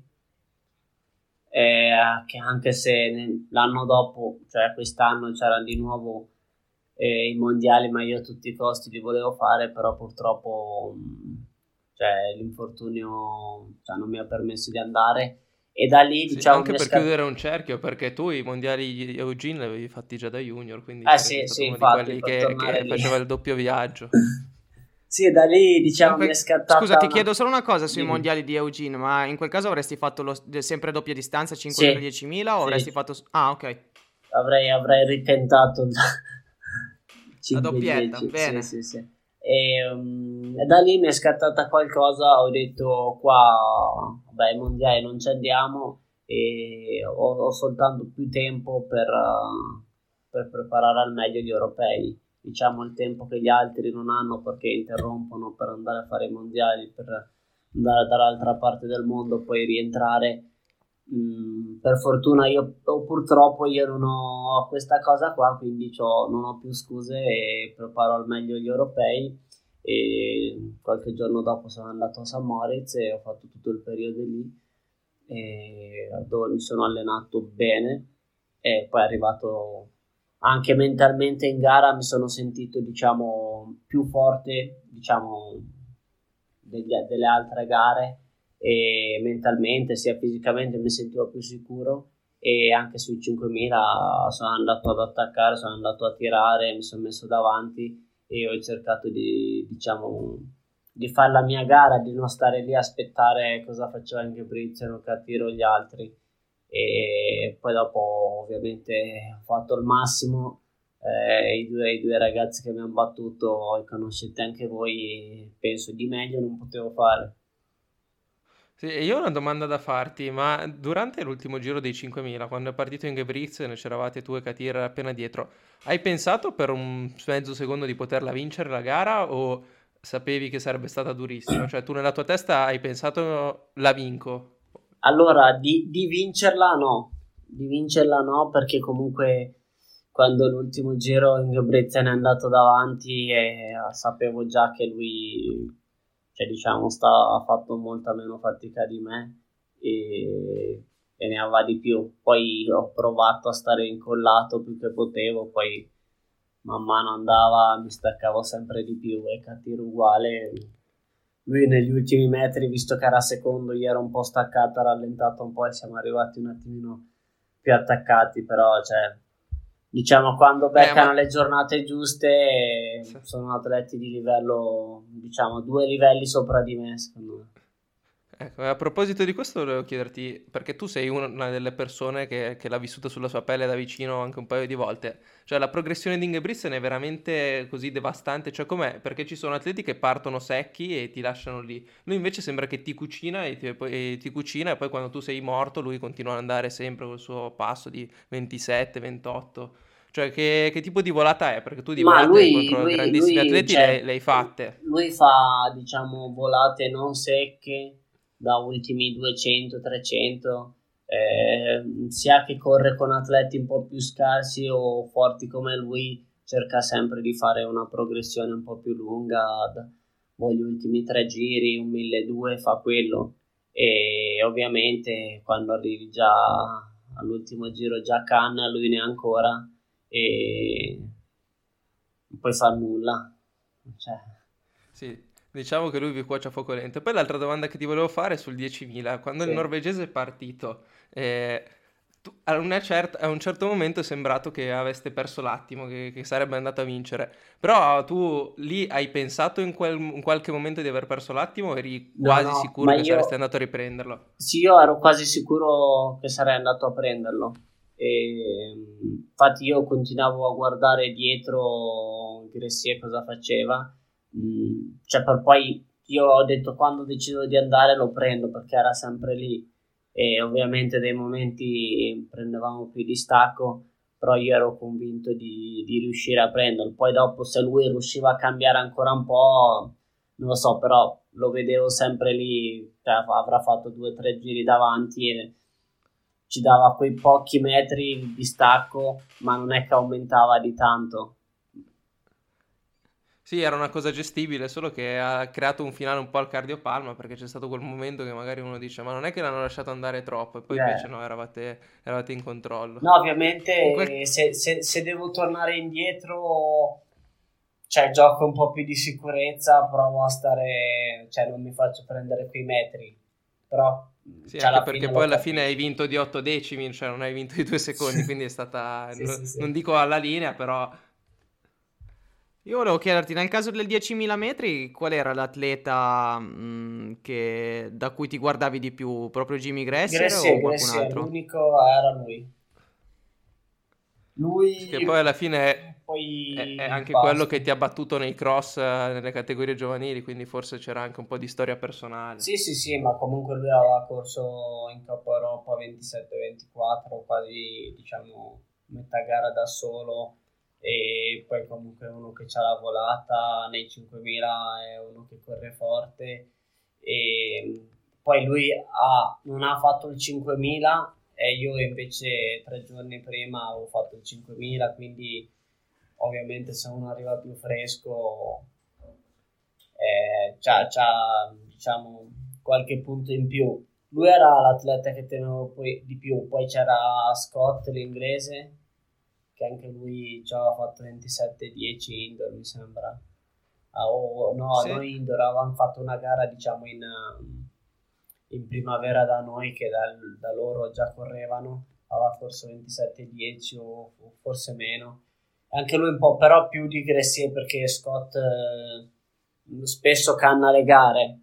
e che anche se l'anno dopo, cioè quest'anno, c'erano di nuovo eh, i mondiali, ma io a tutti i costi li volevo fare, però purtroppo cioè, l'infortunio cioè, non mi ha permesso di andare. E da lì sì, diciamo anche per scat... chiudere un cerchio, perché tu i mondiali di Eugene li avevi fatti già da junior, quindi eh, saresti sì, stato sì, uno infatti, di quelli per che, tornare che lì. faceva il doppio viaggio. Sì, da lì diciamo que- mi è scattata Scusa, ti una... chiedo solo una cosa sui Dimmi. mondiali di Eugene, ma in quel caso avresti fatto lo, sempre doppia distanza cinquemila Sì, diecimila o sì, avresti fatto... Ah, ok, avrei, avrei ritentato il la doppietta, cinque dieci, sì, bene. sì, sì. E, um, e da lì mi è scattata qualcosa, ho detto qua, vabbè, ai mondiali non ci andiamo e ho, ho soltanto più tempo per, uh, per preparare al meglio gli europei. Diciamo il tempo che gli altri non hanno perché interrompono per andare a fare i mondiali, per andare dall'altra parte del mondo, poi rientrare. Mm, per fortuna io o purtroppo io non ho questa cosa qua, quindi c'ho, non ho più scuse e preparo al meglio gli europei. E qualche giorno dopo sono andato a San Moritz e ho fatto tutto il periodo lì e dove mi sono allenato bene e poi è arrivato anche mentalmente in gara, mi sono sentito diciamo più forte diciamo degli, delle altre gare e mentalmente sia fisicamente mi sentivo più sicuro e anche sui cinquemila sono andato ad attaccare, sono andato a tirare, mi sono messo davanti e ho cercato di diciamo di fare la mia gara, di non stare lì a aspettare cosa faceva anche Briziano che a tiro gli altri e poi dopo ovviamente ho fatto il massimo. Eh, i, due, i due ragazzi che mi hanno battuto li conoscete anche voi, penso di meglio non potevo fare. Sì, e io ho una domanda da farti, ma durante l'ultimo giro dei cinquemila, quando è partito Ingebrigtsen e c'eravate tu e Katir appena dietro, hai pensato per un mezzo secondo di poterla vincere la gara o sapevi che sarebbe stata durissima? Cioè tu nella tua testa hai pensato la vinco? Allora, di, di vincerla no, di vincerla no perché comunque quando l'ultimo giro Ingebrigtsen è andato davanti e sapevo già che lui cioè diciamo sta, ha fatto molta meno fatica di me e, e ne aveva di più. Poi ho provato a stare incollato più che potevo, poi man mano andava, mi staccavo sempre di più e Catiro uguale. Lui negli ultimi metri, visto che era secondo, gli era un po' staccato, ha rallentato un po' e siamo arrivati un attimino più attaccati, però cioè, diciamo quando beccano Eh, ma... le giornate giuste Sì. sono atleti di livello, diciamo, due livelli sopra di me, secondo me. Ecco, a proposito di questo volevo chiederti, perché tu sei una delle persone che, che l'ha vissuta sulla sua pelle da vicino anche un paio di volte, cioè la progressione di Ingebrigtsen è veramente così devastante, cioè com'è? Perché ci sono atleti che partono secchi e ti lasciano lì, lui invece sembra che ti cucina e ti, e poi, e ti cucina e poi quando tu sei morto lui continua ad andare sempre col suo passo di ventisette ventotto, cioè che, che tipo di volata è? Perché tu di Ma volate lui, contro lui, grandissimi lui, atleti le, cioè, le hai fatte. lui fa, diciamo, volate non secche da ultimi duecento trecento, eh, sia che corre con atleti un po' più scarsi o forti come lui, cerca sempre di fare una progressione un po' più lunga, da- boh, gli ultimi tre giri, un milleduecento fa quello, e ovviamente quando arrivi già all'ultimo giro già canna, lui ne ha ancora e non puoi far nulla, cioè, Sì, diciamo che lui vi cuoce a fuoco lento. E poi l'altra domanda che ti volevo fare è sul diecimila. Quando il sì. norvegese è partito, eh, tu- a, una certa- a un certo momento è sembrato che aveste perso l'attimo, che, che sarebbe andato a vincere. Però tu lì hai pensato in, quel- in qualche momento di aver perso l'attimo o eri No, quasi no, sicuro ma che saresti io andato a riprenderlo? sì, io ero quasi sicuro che sarei andato a prenderlo. E, mh, infatti io continuavo a guardare dietro Gressier cosa faceva. Mm, cioè per poi io ho detto quando decido di andare lo prendo perché era sempre lì e ovviamente dei momenti prendevamo più distacco, però io ero convinto di, di riuscire a prenderlo. Poi dopo se lui riusciva a cambiare ancora un po', non lo so, però lo vedevo sempre lì, cioè, avrà fatto due o tre giri davanti e ci dava quei pochi metri di stacco, ma non è che aumentava di tanto. Sì, era una cosa gestibile, solo che ha creato un finale un po' al cardiopalma perché c'è stato quel momento che magari uno dice ma non è che l'hanno lasciato andare troppo e poi invece Eh, no, eravate, eravate in controllo. No, In quel... ovviamente se, se- se devo tornare indietro, cioè gioco un po' più di sicurezza, provo a stare, cioè non mi faccio prendere quei metri, però Sì, cioè, anche alla fine perché lo poi alla fine hai capisci. vinto di otto decimi, cioè non hai vinto di due secondi, quindi è stata, Sì, no- sì, sì. non dico alla linea, però Io volevo chiederti, nel caso del diecimila metri, qual era l'atleta mh, che- da cui ti guardavi di più? Proprio Jimmy Gressier Gressier, o qualcun Gressier, altro? l'unico era lui. che poi Lui, alla fine è, è- è poi anche quello basta. che ti ha battuto nei cross eh, nelle categorie giovanili, quindi forse c'era anche un po' di storia personale. Sì, sì, sì, ma comunque lui aveva corso in Coppa Europa ventisette ventiquattro, quasi diciamo metà gara da solo e poi comunque uno che c'ha la volata nei cinquemila è uno che corre forte e poi lui ha, non ha fatto il cinquemila e io invece tre giorni prima avevo fatto il cinquemila, quindi ovviamente se uno arriva più fresco eh, c'ha, c'ha, diciamo qualche punto in più. Lui era l'atleta che tenevo poi di più, poi c'era Scott l'inglese che anche lui ci aveva fatto ventisette dieci indoor mi sembra. Ah, o no, Sì? noi indoor avevamo fatto una gara diciamo in, um, in primavera da noi che dal- da loro già correvano, aveva forse ventisette dieci o, o forse meno. Anche lui un po', però più di Gressier perché Scott eh, spesso canna le gare.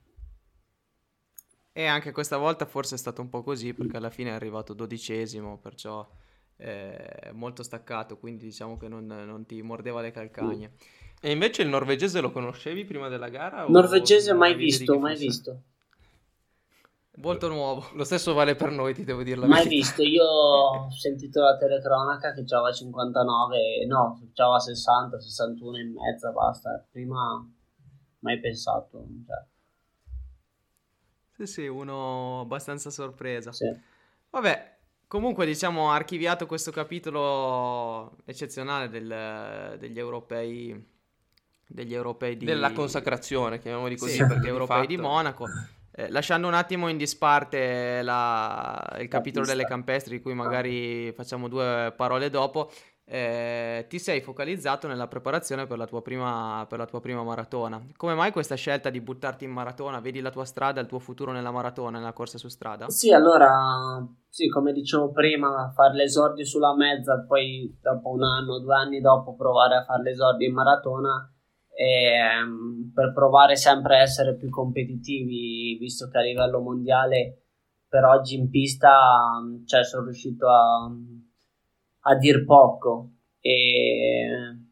E anche questa volta forse è stato un po' così perché alla fine è arrivato dodicesimo, perciò eh, molto staccato, quindi diciamo che non, non ti mordeva le calcagne. E invece il norvegese lo conoscevi prima della gara o Norvegese non mai avevi idea di visto, chi mai fosse? visto. Molto nuovo. Lo stesso vale per noi, ti devo dire la Mai verità. visto, io ho sentito la telecronaca che c'aveva cinquantanove, no, c'aveva sessanta, sessantuno e mezza, basta. Prima mai pensato, cioè, Sì, sì, uno abbastanza sorpresa. sì. Vabbè, comunque diciamo archiviato questo capitolo eccezionale del- degli europei degli europei di... Della consacrazione, chiamiamoli così, Sì, perché gli di europei di fatto... Monaco. Eh, lasciando un attimo in disparte la- il La capitolo delle pista. campestri, di cui Ah. magari facciamo due parole dopo, eh, ti sei focalizzato nella preparazione per la tua prima, per la tua prima maratona. Come mai questa scelta di buttarti in maratona? Vedi la tua strada, il tuo futuro nella maratona, nella corsa su strada? Sì, allora, sì, come dicevo prima, fare l'esordio sulla mezza, poi dopo un anno, due anni dopo provare a fare l'esordio in maratona, ehm, per provare sempre a essere più competitivi, visto che a livello mondiale per oggi in pista, mm, cioè, sono riuscito a, a dir poco e,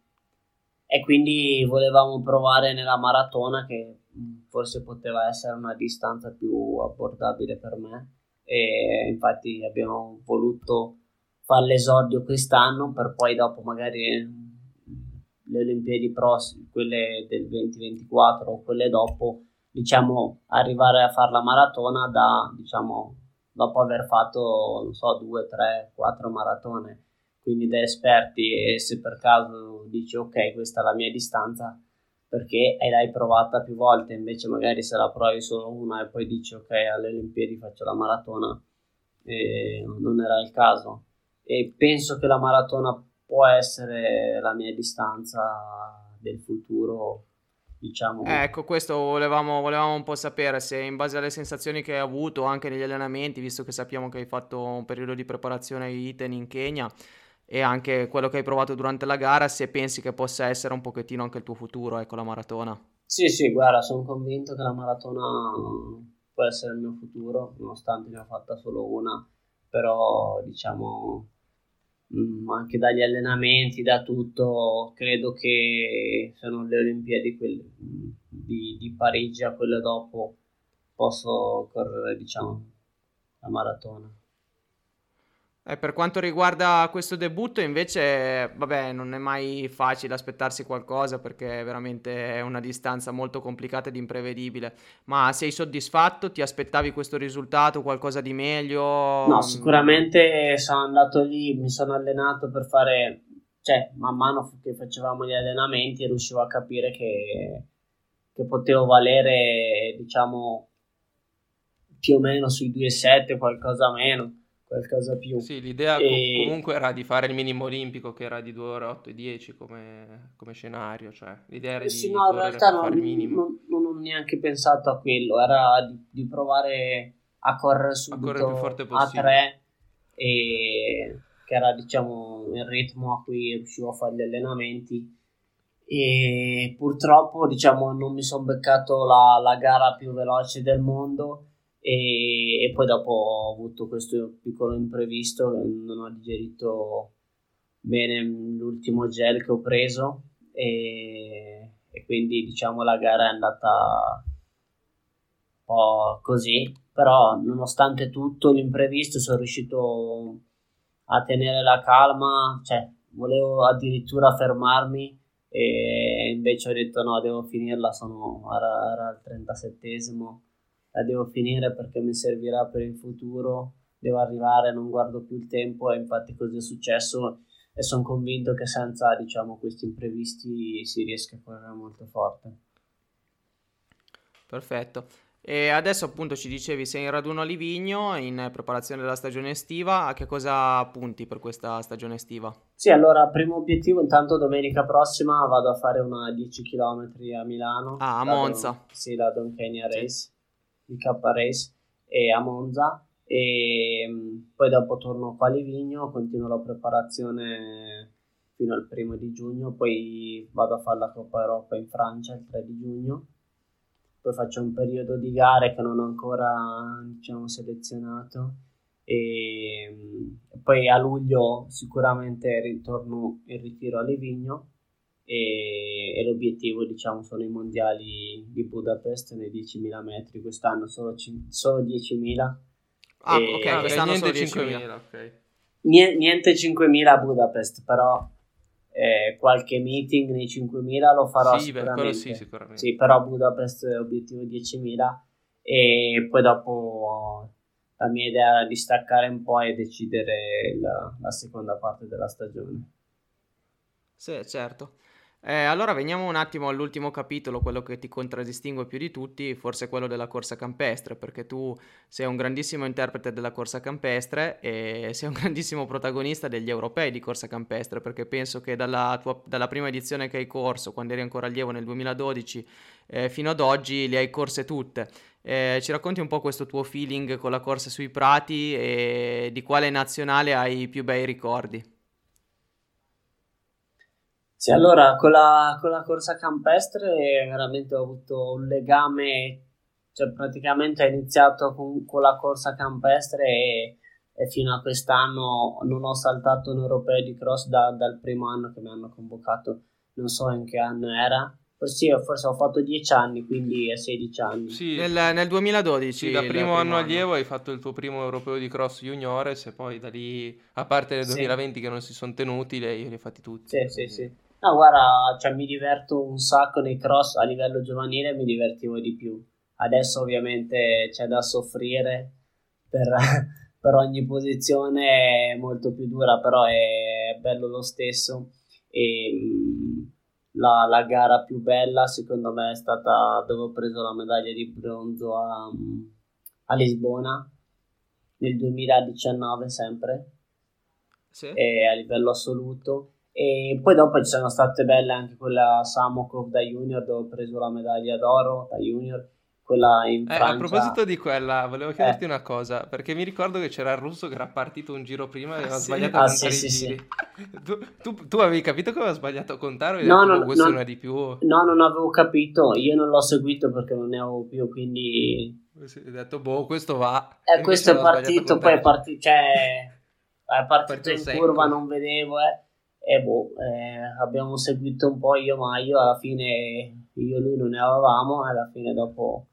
e quindi volevamo provare nella maratona che mh, forse poteva essere una distanza più abbordabile per me e infatti abbiamo voluto fare l'esordio quest'anno per poi dopo magari mh, le Olimpiadi prossime, quelle del duemilaventiquattro o quelle dopo, diciamo arrivare a fare la maratona da, diciamo, dopo aver fatto, non so, due, tre, quattro maratone, quindi da esperti. E se per caso dici ok, questa è la mia distanza, perché e l'hai provata più volte, invece magari se la provi solo una e poi dici ok, alle Olimpiadi faccio la maratona, e non era il caso. E penso che la maratona può essere la mia distanza del futuro, Eh, diciamo. Ecco, questo volevamo, volevamo un po' sapere se in base alle sensazioni che hai avuto anche negli allenamenti, visto che sappiamo che hai fatto un periodo di preparazione ai Iten in Kenya e anche quello che hai provato durante la gara, se pensi che possa essere un pochettino anche il tuo futuro, ecco, la maratona. Sì, sì, guarda, sono convinto che la maratona può essere il mio futuro, nonostante ne ho fatta solo una, però diciamo mh, anche dagli allenamenti, da tutto, credo che sono le Olimpiadi quelle, mh, di, di Parigi a quelle dopo posso correre, diciamo, la maratona. E per quanto riguarda questo debutto, invece, vabbè, non è mai facile aspettarsi qualcosa perché veramente è una distanza molto complicata ed imprevedibile. Ma sei soddisfatto? Ti aspettavi questo risultato? Qualcosa di No, meglio? Mm. sicuramente sono andato lì, mi sono allenato per fare, cioè, man mano che facevamo gli allenamenti riuscivo a capire che, che potevo valere, diciamo, più o meno sui due virgola sette, qualcosa meno, qualcosa più. Sì, l'idea co- E comunque era di fare il minimo olimpico che era di due ore otto e dieci come, come scenario, cioè l'idea era eh sì, di no, in correre realtà per non, fare il minimo, non- non ho neanche pensato a quello, era di, di provare a correre a correre il più subito forte a possibile. tre, e che era diciamo il ritmo a cui riuscivo a fare gli allenamenti. E purtroppo diciamo non mi sono beccato la, la gara più veloce del mondo e, e poi dopo ho avuto questo piccolo imprevisto, non ho digerito bene l'ultimo gel che ho preso e, e quindi diciamo la gara è andata un po' così, però nonostante tutto l'imprevisto sono riuscito a tenere la calma, cioè volevo addirittura fermarmi e invece ho detto no, devo finirla, sono, era, era al trentasettesimo, la devo finire perché mi servirà per il futuro, devo arrivare, non guardo più il tempo e infatti così è successo e sono convinto che senza diciamo questi imprevisti si riesca a correre molto forte. Perfetto. E adesso appunto ci dicevi sei in raduno a Livigno in preparazione della stagione estiva. A che cosa punti per questa stagione estiva? Sì, allora, primo obiettivo, intanto domenica prossima vado a fare una dieci chilometri a Milano, Ah, a la, Don, Monza. sì, la Don Kenya Sì. Race, il K Race, e a Monza, e mh, poi dopo torno qua a Livigno, continuo la preparazione fino al primo di giugno, poi vado a fare la Coppa Europa in Francia il tre di giugno, poi faccio un periodo di gare che non ho ancora, diciamo, selezionato e mh, poi a luglio sicuramente ritorno in ritiro a Livigno e, e l'obiettivo diciamo sono i mondiali di Budapest nei diecimila metri, quest'anno solo, cin- solo diecimila Ah, ok, Ah, ok, e quest'anno solo niente diecimila. cinquemila, ok. nie- niente cinquemila a Budapest, però eh, qualche meeting nei cinquemila lo farò Sì, beh, quello sì, sicuramente. Sì, sicuramente. però a Budapest è obiettivo diecimila e poi dopo la mia idea era di staccare un po' e decidere la, la seconda parte della stagione. Sì, certo. Eh, allora veniamo un attimo all'ultimo capitolo, quello che ti contraddistingue più di tutti, forse quello della corsa campestre, perché tu sei un grandissimo interprete della corsa campestre e sei un grandissimo protagonista degli europei di corsa campestre, perché penso che dalla, tua, dalla prima edizione che hai corso, quando eri ancora allievo nel duemiladodici, eh, fino ad oggi le hai corse tutte. Eh, ci racconti un po' questo tuo feeling con la corsa sui prati e di quale nazionale hai i più bei ricordi? Sì, allora con la, con la corsa campestre veramente ho avuto un legame, cioè praticamente ho iniziato con, con la corsa campestre e, e fino a quest'anno non ho saltato un europeo di cross da- dal primo anno che mi hanno convocato, non so in che anno era, forse, forse ho fatto dieci anni, quindi è sedici anni. Sì, Nel, nel duemiladodici, sì, da il primo primo anno anno. allievo hai fatto il tuo primo europeo di cross juniores e poi da lì, a parte nel Sì. duemilaventi che non si sono tenuti, li hai li hai fatti tutti. Sì, sì, sì. No, guarda, cioè, mi diverto un sacco nei cross a livello giovanile, mi divertivo di più. Adesso ovviamente c'è da soffrire per, per ogni posizione è molto più dura, però è bello lo stesso. E mh, la, la gara più bella secondo me è stata dove ho preso la medaglia di bronzo a, a Lisbona nel duemiladiciannove sempre, Sì. e a livello assoluto. E poi dopo ci sono state belle anche quella a Samokov da junior dove ho preso la medaglia d'oro da junior, quella in Eh, a Francia. proposito di quella, volevo chiederti Eh, una cosa, perché mi ricordo che c'era il russo che era partito un giro prima e Ah, aveva sì? sbagliato a ah sì contare sì i sì. giri. Tu, tu- tu avevi capito che aveva sbagliato a contare o hai No, detto, non, boh, questo non- ne ha di più? no, non avevo capito, io non l'ho seguito perché non ne avevo più, quindi Sì, hai detto, boh, questo va. E eh, invece questo è aveva sbagliato a partito, poi contare è i giri. partito, cioè, è partito Partito in curva, secco. non vedevo, eh, e boh, eh, abbiamo seguito un po' io, ma io alla fine, io e lui non ne avevamo, e alla fine dopo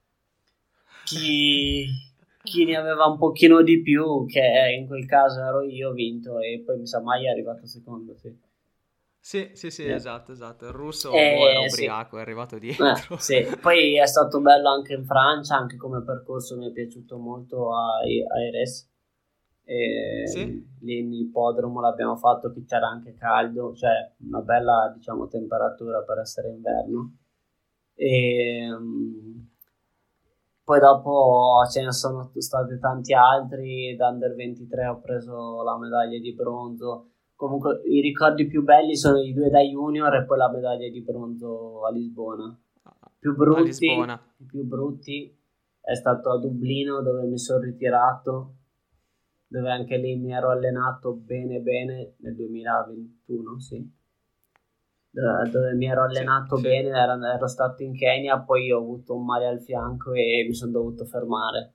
chi, chi ne aveva un pochino di più, che in quel caso ero io, ho vinto, e poi mi sa mai è arrivato secondo, sì. Sì, sì, sì, Eh, esatto, esatto. Il russo, boh, era eh, sì. ubriaco, è arrivato Eh, dietro. sì. Poi è stato bello anche in Francia, anche come percorso mi è piaciuto molto a, a Jerez. E Sì? lì in ippodromo l'abbiamo fatto che c'era anche caldo, cioè una bella diciamo temperatura per essere inverno. E um, poi dopo ce ne sono stati tanti altri, da under ventitré ho preso la medaglia di bronzo. Comunque i ricordi più belli sono i due da junior e poi la medaglia di bronzo a Lisbona. Più A brutti, Lisbona. i più brutti è stato a Dublino dove mi sono ritirato, dove anche lì mi ero allenato bene bene nel duemilaventuno, sì. Dove dove mi ero Sì, allenato sì. bene, ero, ero stato in Kenya, poi ho avuto un male al fianco e mi sono dovuto fermare.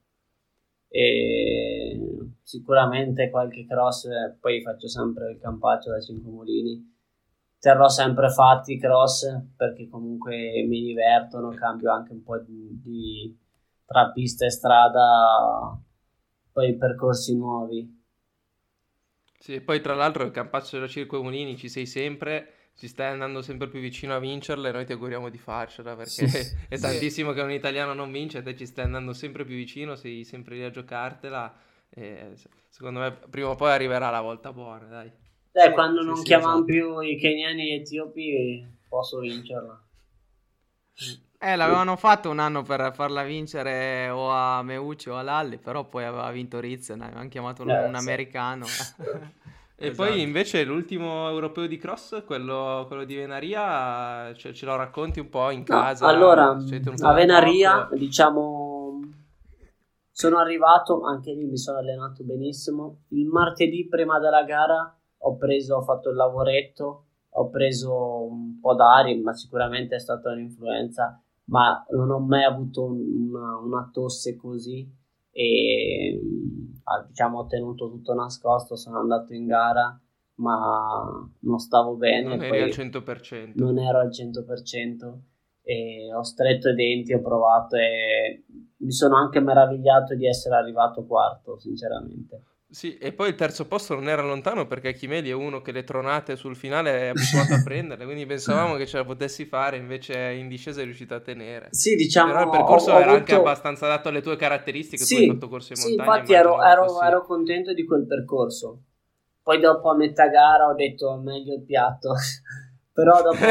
E sicuramente qualche cross, eh, poi faccio sempre il campaccio da cinque mulini. Terrò sempre fatti i cross perché comunque mi divertono, cambio anche un po' di, di- tra pista e strada, poi percorsi nuovi. Sì, e poi tra l'altro il Campaccio da Circo Mulini ci sei sempre, ci stai andando sempre più vicino a vincerla e noi ti auguriamo di farcela Sì, perché è Sì. tantissimo che un italiano non vince e te ci stai andando sempre più vicino, sei sempre lì a giocartela e se- secondo me prima o poi arriverà la volta buona, dai. Dai, Sì, quando sì, non sì, chiamano esatto. più i keniani e gli etiopi posso vincerla. Eh, l'avevano fatto un anno per farla vincere o a Meucci o a Lalli, però poi aveva vinto Rizzen, avevano chiamato un, Eh, un sì. americano. E poi Esatto. invece l'ultimo europeo di cross, quello, quello di Venaria, ce, ce lo racconti un po' in No, allora, casa, ci hai tenuto a da Venaria, poco. diciamo, sono arrivato, anche lì mi sono allenato benissimo. Il martedì prima della gara ho preso, ho fatto il lavoretto, ho preso un po' d'aria, ma sicuramente è stata un'influenza, ma non ho mai avuto un- una, una tosse così e ah, diciamo ho tenuto tutto nascosto, sono andato in gara, ma non stavo bene, Non eri al poi cento per cento. non ero al cento per cento e ho stretto i denti, ho provato e mi sono anche meravigliato di essere arrivato quarto, sinceramente. Sì, e poi il terzo posto non era lontano perché Chimeli è uno che le tronate sul finale è abituato a prenderle, quindi pensavamo che ce la potessi fare, invece in discesa è riuscito a tenere. Sì, diciamo, Però il ho, percorso ho era anche avuto... abbastanza adatto alle tue caratteristiche, tu hai Sì, fatto corse in sì, montagna, infatti ero, immagino che ero, fossi... ero contento di quel percorso. Poi dopo a metà gara ho detto meglio il piatto, però dopo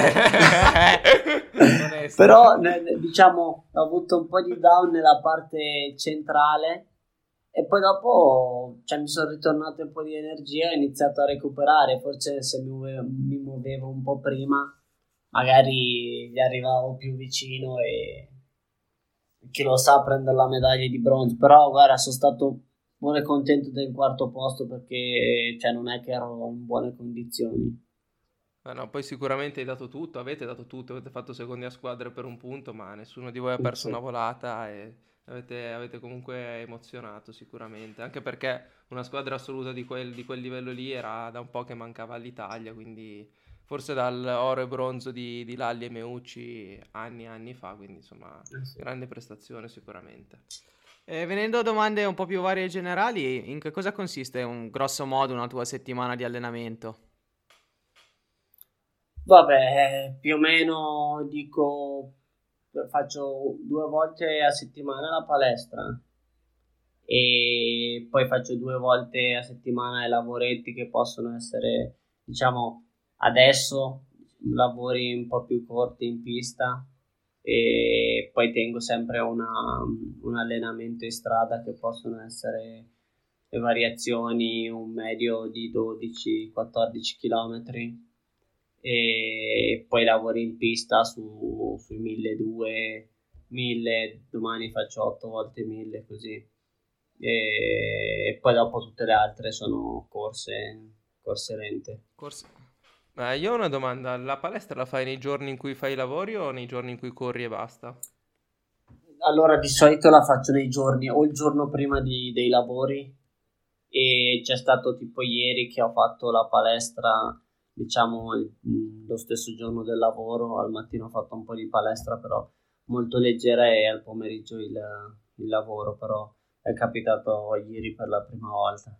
però ne- diciamo ho avuto un po' di down nella parte centrale e poi dopo cioè, mi sono ritornato un po' di energia e ho iniziato a recuperare. Forse se mi muovevo, mi muovevo un po' prima magari gli arrivavo più vicino e chi lo sa prendere la medaglia di bronzo. Però guarda, sono stato pure contento del quarto posto perché cioè, non è che ero in buone condizioni. Eh no, poi sicuramente hai dato tutto, avete dato tutto, avete fatto secondi a squadra per un punto, ma nessuno di voi ha perso Sì, una volata e avete, avete comunque emozionato sicuramente, anche perché una squadra assoluta di quel, di quel livello lì era da un po' che mancava all'Italia, quindi forse dal oro e bronzo di, di Lalli e Meucci anni e anni fa, quindi insomma eh sì. grande prestazione sicuramente. E venendo a domande un po' più varie e generali, in che cosa consiste un grosso modo una tua settimana di allenamento? Vabbè, più o meno dico, faccio due volte a settimana la palestra e poi faccio due volte a settimana i lavoretti che possono essere, diciamo, adesso lavori un po' più corti in pista e poi tengo sempre una- un allenamento in strada che possono essere le variazioni, un medio di dodici quattordici km e poi lavori in pista su, sui milleduecento, mille, domani faccio otto volte mille così e poi dopo tutte le altre sono corse, corse lente. Corse. Eh, io ho una domanda, la palestra la fai nei giorni in cui fai i lavori o nei giorni in cui corri e basta? Allora di solito la faccio nei giorni o il giorno prima di- dei lavori e c'è stato tipo ieri che ho fatto la palestra diciamo il- lo stesso giorno del lavoro, al mattino ho fatto un po' di palestra però molto leggera e al pomeriggio il, il lavoro, però è capitato ieri per la prima volta.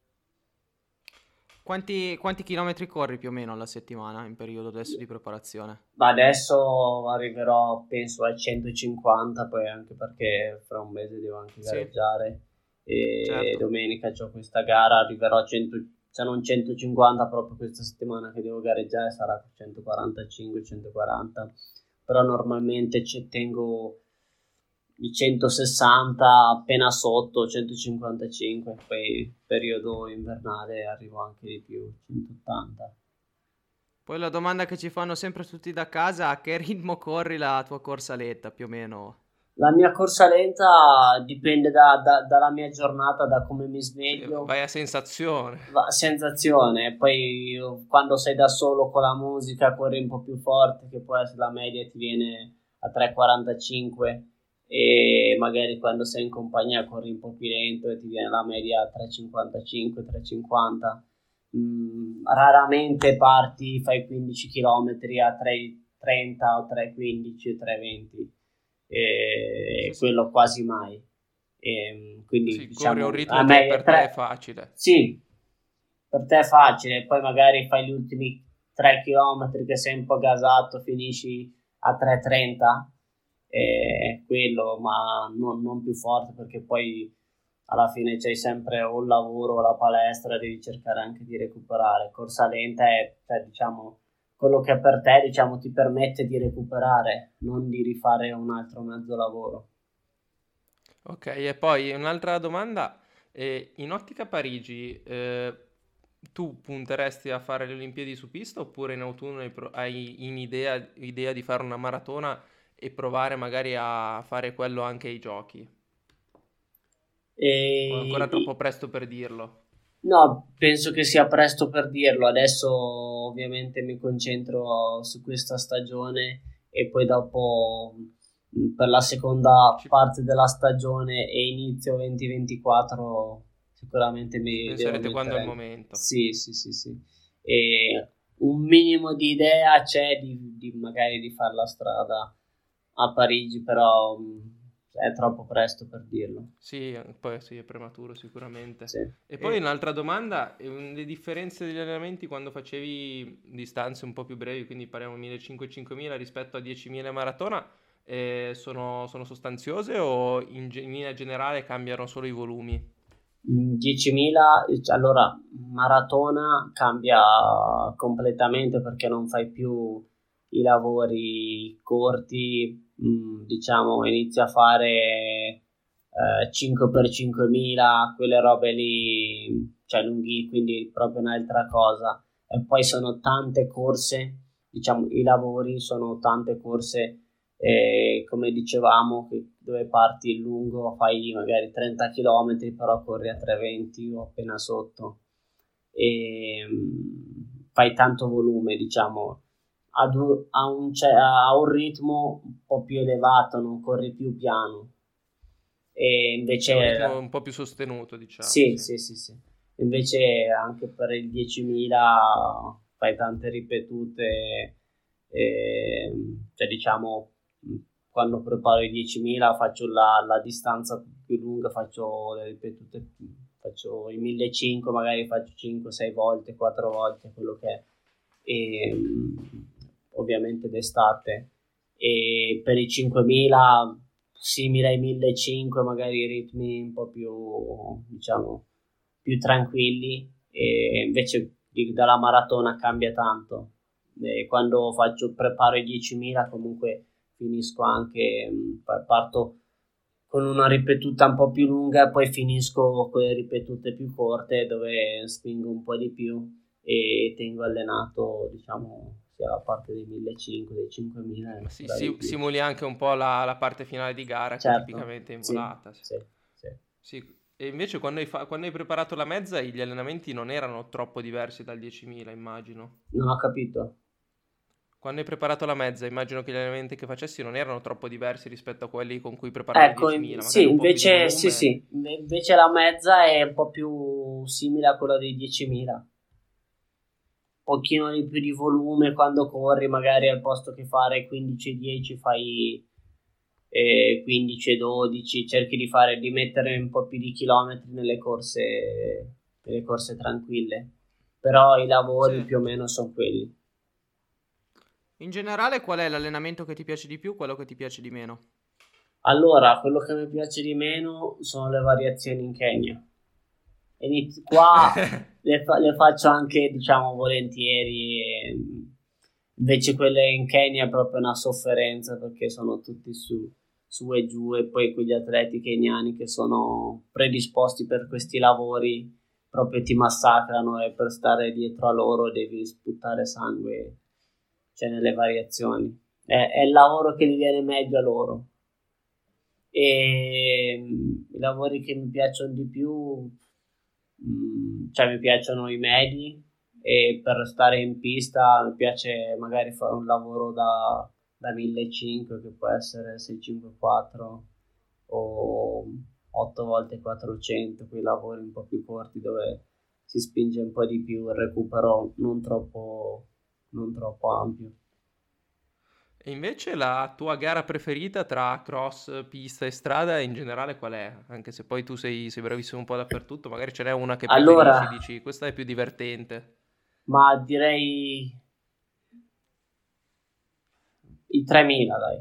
Quanti, quanti chilometri corri più o meno alla settimana in periodo adesso di preparazione? Ma adesso arriverò penso ai centocinquanta, poi anche perché fra un mese devo anche Sì, gareggiare e certo. domenica c'ho questa gara, arriverò a cento, se non centocinquanta proprio questa settimana che devo gareggiare sarà centoquarantacinque centoquaranta, però normalmente ci tengo i centosessanta appena sotto centocinquantacinque, poi periodo invernale arrivo anche di più, centottanta. Poi la domanda che ci fanno sempre tutti da casa, a che ritmo corri la tua corsaletta più o meno? La mia corsa lenta dipende da- da- dalla mia giornata, da come mi Sì, sveglio, vai a sensazione. va- sensazione. Poi io, quando sei da solo con la musica corri un po' più forte, che può essere la media ti viene a tre quarantacinque e magari quando sei in compagnia corri un po' più lento e ti viene la media a tre cinquantacinque, tre cinquanta. Mm, raramente parti, fai quindici chilometri a tre trenta o tre quindici o tre venti, Sì, e sì. quello quasi mai. E, quindi Sì, corri a un diciamo a ritmo che me per te è tre, facile. sì, per te è facile, poi magari fai gli ultimi tre chilometri che sei un po' gasato, finisci a tre trenta, e quello, ma non, non più forte perché poi alla fine c'hai sempre o il lavoro o la palestra, devi cercare anche di recuperare. Corsa lenta è, cioè, diciamo, quello che per te, diciamo, ti permette di recuperare, non di rifare un altro mezzo lavoro. Ok, e poi un'altra domanda, eh, in ottica Parigi, eh, tu punteresti a fare le Olimpiadi su pista oppure in autunno hai, pro- hai in idea, idea di fare una maratona e provare magari a fare quello anche ai giochi? O è ancora E, troppo presto per dirlo? no, penso che sia presto per dirlo. Adesso ovviamente mi concentro su questa stagione e poi dopo mh, per la seconda Ci, parte della stagione e inizio duemilaventiquattro sicuramente ci mi devo penserete quando è il mettere. momento. Sì, sì, sì, sì. E un minimo di idea c'è di, di magari di fare la strada a Parigi, però mh, è troppo presto per dirlo. Sì, eh, poi sì, è prematuro sicuramente. Sì. E poi E un'altra domanda, eh, le differenze degli allenamenti quando facevi distanze un po' più brevi, quindi parliamo millecinquecento-cinquemila rispetto a diecimila maratona, eh, sono, sono sostanziose o in, ge- in linea generale cambiano solo i volumi? diecimila, allora maratona cambia completamente perché non fai più i lavori corti, mh, diciamo inizi a fare eh, cinque per cinquemila, quelle robe lì, cioè lunghi, quindi proprio un'altra cosa. E poi sono tante corse, diciamo i lavori sono tante corse, eh, come dicevamo, che dove parti lungo, fai magari trenta chilometri, però corri a tre venti o appena sotto e mh, fai tanto volume, diciamo, ad un, a, un, cioè, a un ritmo un po' più elevato, non corri più piano. E Sì, è un invece, ritmo un po' più sostenuto, diciamo, sì, sì. sì, sì, sì. Invece anche per il diecimila fai tante ripetute, e, cioè diciamo quando preparo i diecimila faccio la, la distanza più lunga, faccio le ripetute, faccio i millecinquecento, magari faccio cinque sei volte, quattro volte, quello che è, e, ovviamente d'estate. E per i cinquemila simile ai millecinquecento, magari ritmi un po' più, diciamo, più tranquilli, e invece di- dalla maratona cambia tanto. E quando faccio preparo i diecimila comunque finisco anche, mh, parto con una ripetuta un po' più lunga, poi finisco con le ripetute più corte dove spingo un po' di più e tengo allenato, diciamo, sia la parte dei millecinquecento, dei cinquemila e Ma sì, ancora di si- più. simuli anche un po' la, la parte finale di gara che Certo, tipicamente è in sì, volata. Sì. sì, sì. Sì. E invece quando hai, fa- quando hai preparato la mezza, gli allenamenti non erano troppo diversi dal diecimila, immagino. Non ho capito. Quando hai preparato la mezza, immagino che gli allenamenti che facessi non erano troppo diversi rispetto a quelli con cui preparavi il Ecco, in- diecimila, magari sì, un po' più di invece, sì, volume. sì, Inve- invece la mezza è un po' più simile a quella dei diecimila. Pochino di più di volume quando corri, magari al posto che fare quindici e dieci fai eh, quindici e dodici, cerchi di fare, di mettere un po' più di chilometri nelle corse, nelle corse tranquille, però i lavori Sì. più o meno sono quelli. In generale, qual è l'allenamento che ti piace di più, quello che ti piace di meno? Allora, quello che mi piace di meno sono le variazioni in Kenya. Inizi- qua le, fa- le faccio anche, diciamo, volentieri. E, invece quelle in Kenya è proprio una sofferenza perché sono tutti su, su e giù, e poi quegli atleti keniani che sono predisposti per questi lavori proprio ti massacrano, e per stare dietro a loro devi sputare sangue, cioè nelle variazioni. È, è il lavoro che gli viene meglio a loro. E mm, i lavori che mi piacciono di più, mm, cioè mi piacciono i medi, e per stare in pista mi piace magari fare un lavoro da, da millecinquecento, che può essere seicentocinquantaquattro o otto volte quattrocento, quei lavori un po' più corti dove si spinge un po' di più, il recupero non troppo, non troppo ampio. E invece la tua gara preferita tra cross, pista e strada in generale qual è? Anche se poi tu sei, sei bravissimo un po' dappertutto, magari ce n'è una che preferisci, Allora, dici questa è più divertente. ma direi i tremila, dai.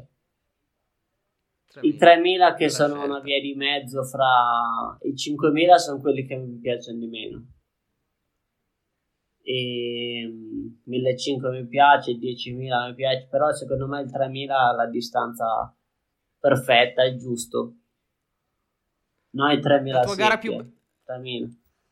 I tremila. tremila che Bella sono una scelta. via di mezzo fra i cinquemila, sono quelli che mi piacciono di meno. E mm, millecinquecento mi piace, diecimila mi piace, però secondo me il tremila è la distanza perfetta, è giusto. Noi La tremila tua gara secchi, più... eh. be- tremila.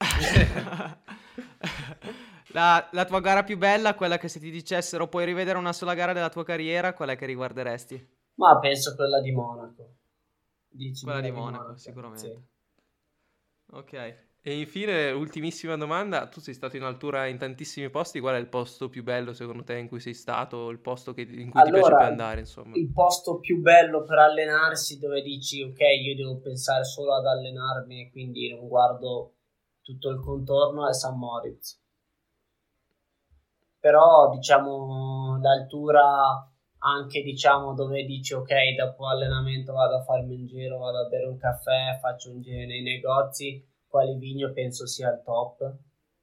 la, la tua gara più bella, quella che se ti dicessero puoi rivedere una sola gara della tua carriera, qual è che riguarderesti? Ma penso quella di Monaco. Quella diecimila di di Monaco, Monaco, sì. sicuramente. Ok. E infine, ultimissima domanda, tu sei stato in altura in tantissimi posti, qual è il posto più bello secondo te in cui sei stato, il posto che- in cui ti piace più Allora, andare, insomma? il posto più bello per allenarsi, dove dici ok, io devo pensare solo ad allenarmi e quindi non guardo tutto il contorno, è San Moritz. Però diciamo l'altura, anche diciamo dove dici ok, dopo allenamento vado a farmi un giro, vado a bere un caffè, faccio un giro nei negozi, qua Livigno penso sia il top.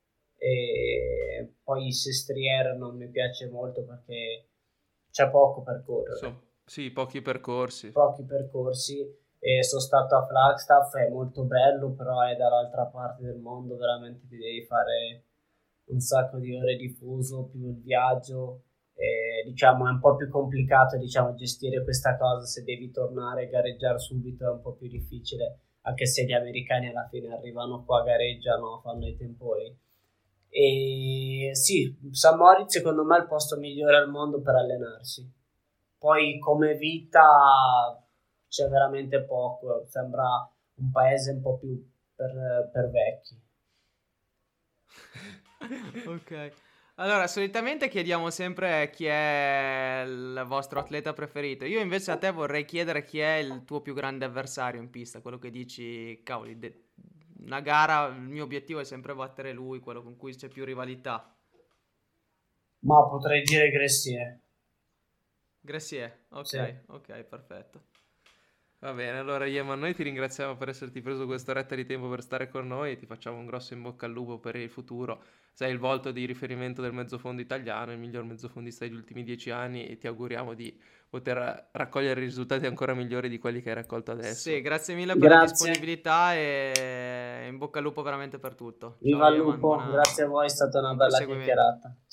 E poi Sestriere non mi piace molto perché c'è poco per correre, So- sì, pochi percorsi. pochi percorsi, e sono stato a Flagstaff, è molto bello, però è dall'altra parte del mondo, veramente ti devi fare un sacco di ore di fuso più il viaggio, e, diciamo è un po' più complicato, diciamo, gestire questa cosa. Se devi tornare e gareggiare subito è un po' più difficile, anche se gli americani alla fine arrivano qua, gareggiano, fanno i tempori. E sì, San Moritz secondo me è il posto migliore al mondo per allenarsi. Poi come vita c'è veramente poco, sembra un paese un po' più per, per vecchi. Ok. Allora, solitamente chiediamo sempre chi è il vostro atleta preferito. Io invece a te vorrei chiedere chi è il tuo più grande avversario in pista, quello che dici, cavoli, de- una gara, il mio obiettivo è sempre battere lui, quello con cui c'è più rivalità. Ma potrei dire Gressier. Grazie, ok, Sì. ok, perfetto. Va bene, allora Iema, noi ti ringraziamo per esserti preso quest'oretta di tempo per stare con noi e ti facciamo un grosso in bocca al lupo per il futuro. Sei il volto di riferimento del mezzofondo italiano, il miglior mezzofondista degli ultimi dieci anni e ti auguriamo di poter raccogliere risultati ancora migliori di quelli che hai raccolto adesso. Sì, grazie mille per la Grazie. disponibilità e in bocca al lupo veramente per tutto. Ciao Viva il Yeman, lupo, buona... grazie a voi, è stata una buon bella proseguimento. chiacchierata.